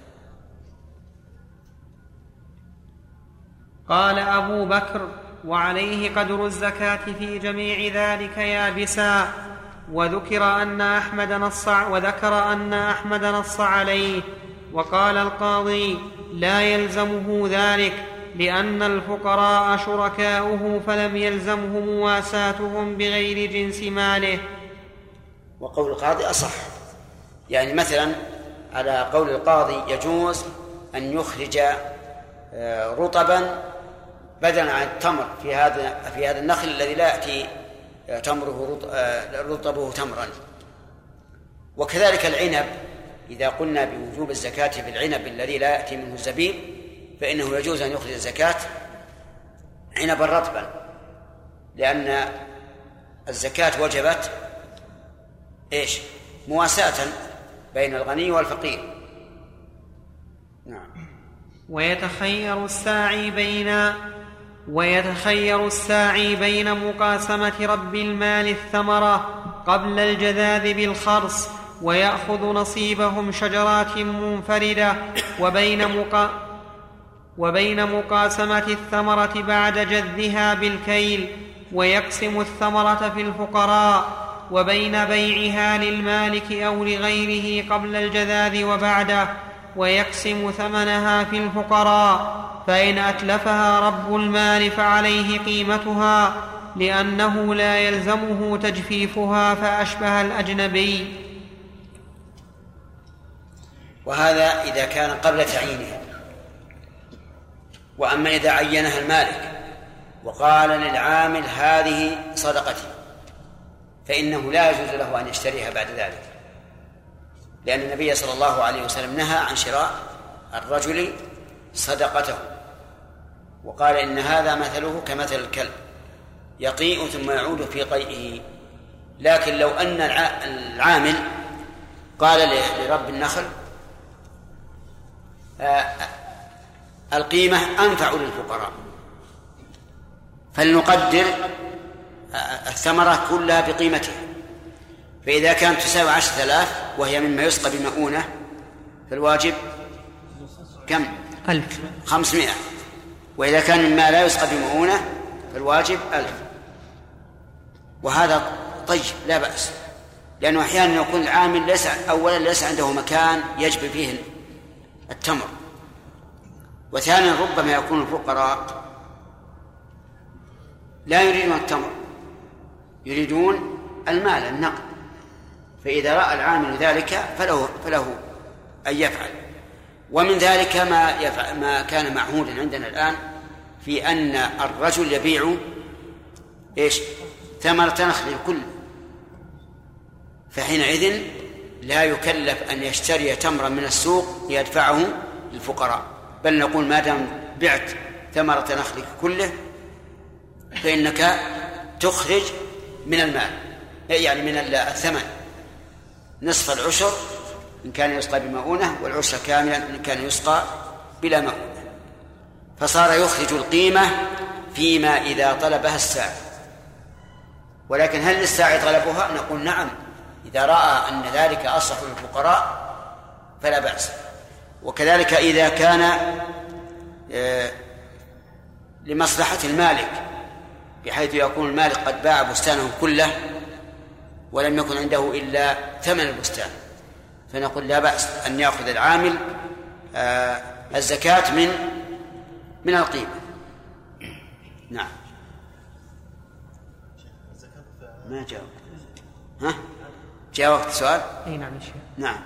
قال أبو بكر وعليه قدر الزكاة في جميع ذلك يابسا. وذكر أن أحمد نص وذكر أن أحمد نص عليه. وقال القاضي لا يلزمه ذلك لأن الفقراء شركاؤه فلم يلزمه مواساتهم بغير جنس ماله. وقول القاضي أصح. يعني مثلا على قول القاضي يجوز أن يخرج رطبا بدلا عن التمر في هذا في هذا النخل الذي لا يأتي تمره رطبه تمرا. وكذلك العنب إذا قلنا بوجوب الزكاة في العنب الذي لا يأتي منه الزبيب فإنه يجوز أن يخرج الزكاة عنبا رطبا، لأن الزكاة وجبت إيش؟ مواساة بين الغني والفقير. نعم. ويتخير الساعي بين ويتخير الساعي بين مقاسمة رب المال الثمرة قبل الجذاذ بالخرص ويأخذ نصيبهم شجرات منفردة وبين مقا وبين مقاسمة الثمرة بعد جذها بالكيل ويقسم الثمرة في الفقراء، وبين بيعها للمالك أو لغيره قبل الجذاذ وبعده ويقسم ثمنها في الفقراء. فإن أتلفها رب المال فعليه قيمتها لأنه لا يلزمه تجفيفها فأشبه الأجنبي. وهذا إذا كان قبل تعيينها. وأما إذا عينها المالك وقال للعامل هذه صدقتي فإنه لا يجوز له أن يشتريها بعد ذلك، لأن النبي صلى الله عليه وسلم نهى عن شراء الرجل صدقته وقال إن هذا مثله كمثل الكلب يقيء ثم يعود في قيئه. لكن لو أن العامل قال لرب النخل القيمة أنفع للفقراء فلنقدر الثمرة كلها بقيمتها، فإذا كانت تساوي عشرة آلاف وهي مما يسقى بمؤونة فالواجب كم؟ ألف خمسمائة. وإذا كان مما لا يسقى بمؤونة فالواجب ألف. وهذا طيب لا بأس، لأنه أحيانا يكون العامل ليس أولا ليس عنده مكان يجب فيه التمر، وثانيا ربما يكون الفقراء لا يريدون التمر، يريدون المال النقد، فإذا رأى العامل ذلك فله, فله أن يفعل. ومن ذلك ما, يفعل ما كان معهودا عندنا الآن في أن الرجل يبيع إيش؟ ثمرة نخل الكل، فحينئذ لا يكلف أن يشتري تمرا من السوق ليدفعه للفقراء، بل نقول ما دام بعت ثمرة نخلك كله فإنك تخرج من المال، يعني من الثمن نصف العشر إن كان يسقى بمؤونة، والعشر كاملا إن كان يسقى بلا مؤونة. فصار يخرج القيمة فيما إذا طلبها الساعي. ولكن هل للساعي طلبها؟ نقول نعم، إذا رأى أن ذلك أصلح للفقراء فلا بأس. وكذلك إذا كان لمصلحة المالك، بحيث يكون المالك قد باع بستانه كله ولم يكن عنده إلا ثمن البستان، فنقول لا بأس أن يأخذ العامل الزكاة من من القيمة. نعم. ما جاء ها جاء وقت السؤال؟ اي نعم يا شيخ. نعم.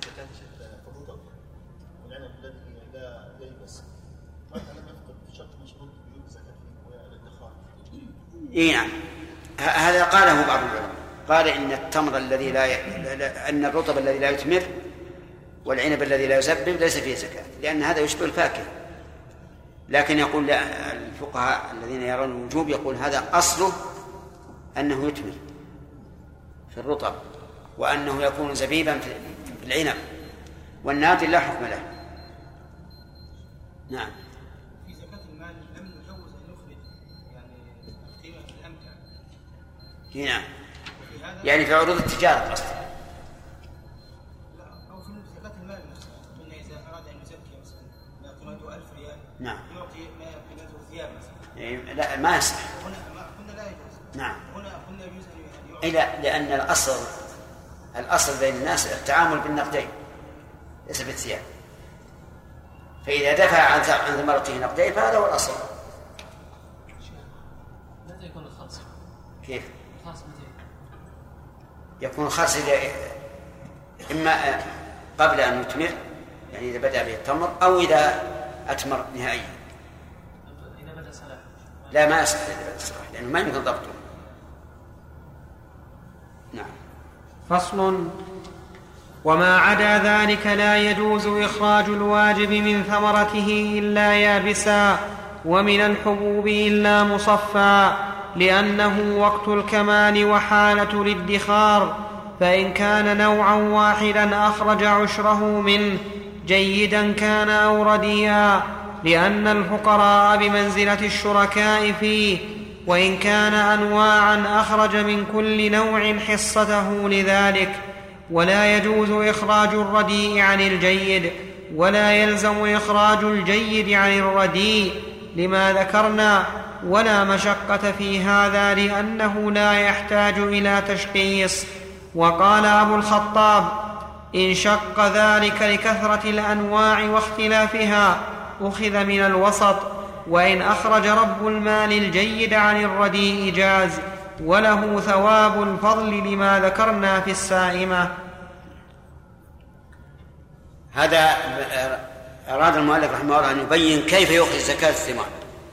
اي نعم، هذا قاله بعض العلماء، قال ان التمر الذي لا ي... ان الرطب الذي لا يثمر والعنب الذي لا يزبب ليس فيه زكاة، لأن هذا يشبه الفاكهة. لكن يقول الفقهاء الذين يرون الوجوب يقول هذا أصله أنه يثمر في الرطب، وأنه يكون زبيبا في العنب، والنادل لا حكم له. نعم. في زكاة المال لم يجوز أن يخرج يعني قيمة الأمتع. نعم، يعني في عروض التجارة قصدي. لا، أو في زكاة المال نفسها، من إذا أراد أن يزكي مثلا ما قيمته ألف ريال. نعم. يعطي ما قيمته ثياب مثلا. يعني لا، ما يصح. هنا هنا لا يجوز. نعم. هنا هنا يجوز أن يعطي. لا، لأن الأصل الأصل بين الناس التعامل بالنقدين ليس بالثياب، فإذا دفع عن عن ثمرته نقدين فهذا هو الأصل. متى يكون الخاص؟ كيف؟ الخاص متى يكون الخاص إذا إما قبل أن يتمر، يعني إذا بدأ به التمر، أو إذا أتمر نهائيا. إذا بدأ صلاح لا، ما يصح إذا بدأ صلاح، لأنه ما يمكن ضبطه. نعم. فصل. وما عدا ذلك لا يجوز إخراج الواجب من ثمرته إلا يابسا، ومن الحبوب إلا مصفى، لأنه وقت الكمال وحالة الادخار. فإن كان نوعا واحدا أخرج عشره منه جيدا كان أو رديا، لأن الفقراء بمنزلة الشركاء فيه. وإن كان أنواعا أخرج من كل نوع حصته لذلك. ولا يجوز إخراج الرديء عن الجيد، ولا يلزم إخراج الجيد عن الرديء لما ذكرنا، ولا مشقة في هذا لأنه لا يحتاج إلى تشخيص. وقال أبو الخطاب: إن شق ذلك لكثرة الأنواع واختلافها أخذ من الوسط، وإن أخرج رب المال الجيد عن الرديء جاز، وله ثواب الفضل لما ذكرنا في السائمة. هذا أراد المؤلف رحمه الله أن يبين كيف يخرج زكاة الثمار،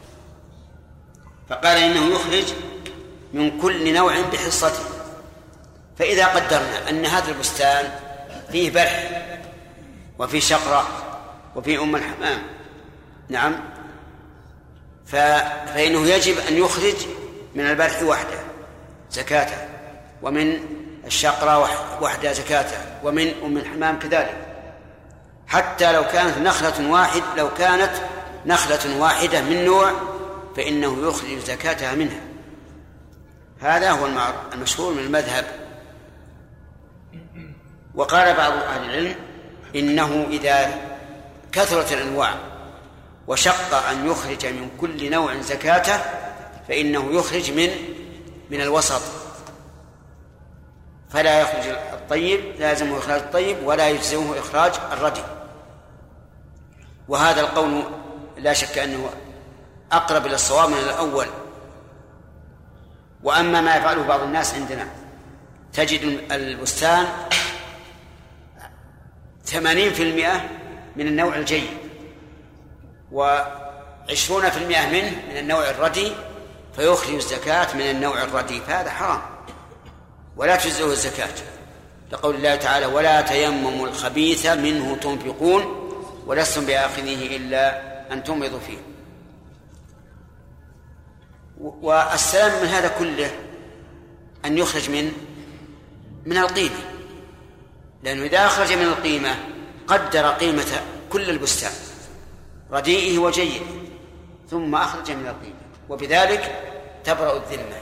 فقال إنه يخرج من كل نوع بحصته. فإذا قدرنا أن هذا البستان فيه برح وفيه شقرة وفيه أم الحمام، نعم، فإنه يجب أن يخرج من البرح وحده زكاته، ومن الشقرة وحده زكاته، ومن أم الحمام كذلك، حتى لو كانت نخلة واحد لو كانت نخلة واحدة من نوع فإنه يخرج زكاتها منها. هذا هو المشهور من المذهب. وقال بعض أهل العلم إنه إذا كثرة الأنواع وشق أن يخرج من كل نوع زكاته فإنه يخرج من من الوسط، فلا يخرج الطيب، لازم إخراج الطيب ولا يجزئه إخراج الردي. وهذا القول لا شك أنه أقرب إلى الصواب من الأول. وأما ما يفعله بعض الناس عندنا، تجد البستان ثمانين في المئة من النوع الجيد وعشرون في المئة منه من النوع الردي، فيخرج الزكاة من النوع الردي، فهذا حرام ولا تجزئه الزكاة، لقول الله تعالى: ولا تيمموا الخبيث منه تنفقون ولستم بآخذه إلا أن تمضوا فيه. والسلام من هذا كله أن يخرج من من القيمة، لأنه إذا أخرج من القيمة قدر قيمة كل البستان رديئه وجيده ثم أخرج من القيمة، وبذلك تبرأ الذمة.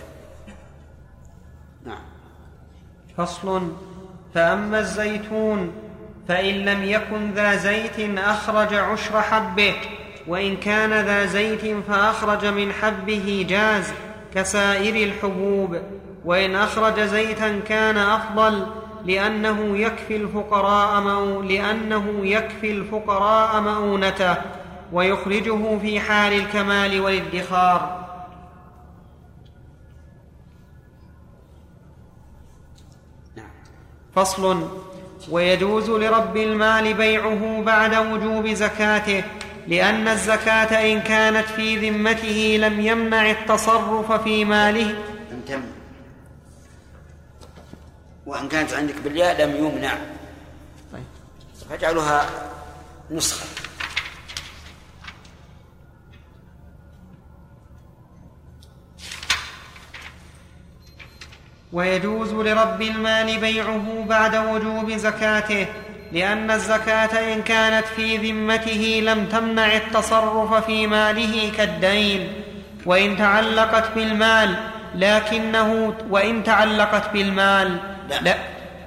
نعم. فصل. فأما الزيتون فإن لم يكن ذا زيت أخرج عشر حبه، وإن كان ذا زيت فأخرج من حبه جاز كسائر الحبوب، وإن أخرج زيتا كان أفضل لأنه يكفي الفقراء مو... لأنه يكفي الفقراء مؤونته ويخرجه في حال الكمال والادخار. فصل. ويجوز لرب المال بيعه بعد وجوب زكاته، لأن الزكاة إن كانت في ذمته لم يمنع التصرف في ماله. وإن كانت عندك بالياء لم يمنع، فاجعلها نسخة. ويجوز لرب المال بيعه بعد وجوب زكاته، لأن الزكاة إن كانت في ذمته لم تمنع التصرف في ماله كالدين، وإن تعلقت بالمال لكنه وإن تعلقت بالمال لا, لا.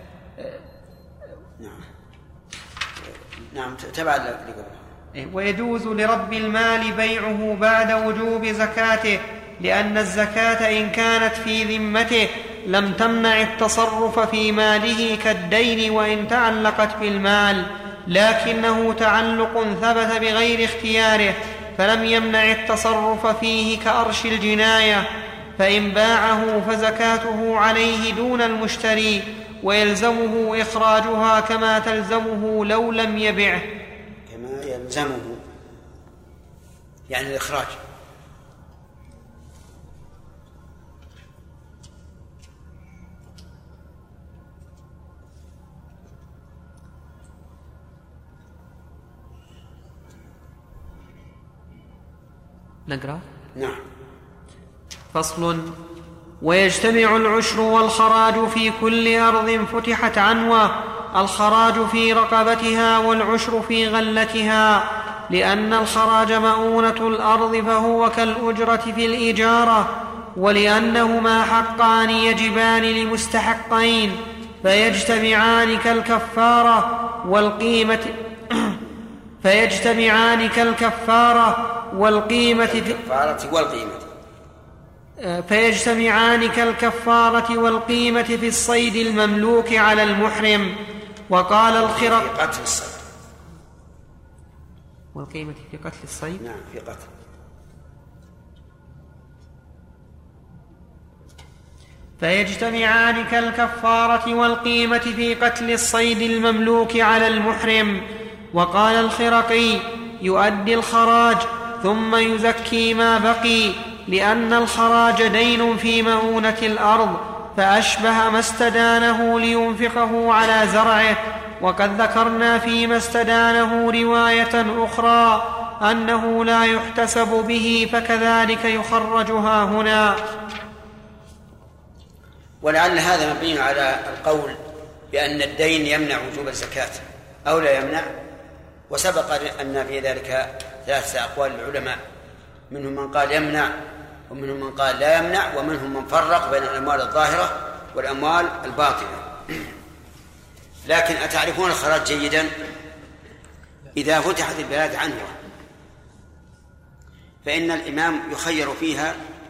نعم تبع. ويجوز لرب المال بيعه بعد وجوب زكاته، لأن الزكاة إن كانت في ذمته لم تمنع التصرف في ماله كالدين، وإن تعلقت بالمال لكنه تعلق ثبت بغير اختياره فلم يمنع التصرف فيه كأرش الجناية، فإن باعه فزكاته عليه دون المشتري، ويلزمه إخراجها كما تلزمه لو لم يبعه. كما يلزمه يعني الإخراج. نقرأ؟ نعم. فصل. ويجتمع العشر والخراج في كل أرض فتحت عنوة، الخراج في رقبتها والعشر في غلتها، لأن الخراج مؤونة الأرض فهو كالأجرة في الإجارة، ولأنهما حقان يجبان لمستحقين فيجتمعان كالكفارة والقيمة فيجتمعان كالكفارة والقيمة الكفارة والقيمة فيجتمعان كالكفارة والقيمة في الصيد المملوك على المحرم. وقال الخرق في قتل الصيد والقيمة في قتل الصيد. نعم في قتل. فيجتمعان كالكفارة والقيمة في قتل الصيد المملوك على المحرم. وقال الخرقي يؤدي الخراج ثم يزكي ما بقي، لأن الخراج دين في مؤونة الأرض فأشبه ما استدانه لينفقه على زرعه. وقد ذكرنا فيما استدانه رواية أخرى أنه لا يحتسب به، فكذلك يخرجها هنا. ولعل هذا مبني على القول بأن الدين يمنع وجوب الزكاة أو لا يمنع، وسبق أن في ذلك ثلاثة أقوال العلماء، منهم من قال يمنع ومنهم من قال لا يمنع ومنهم من فرق بين الأموال الظاهرة والأموال الباطنة. لكن أتعرفون الخراج جيدا؟ إذا فتحت البلاد عنه فإن الإمام يخير فيها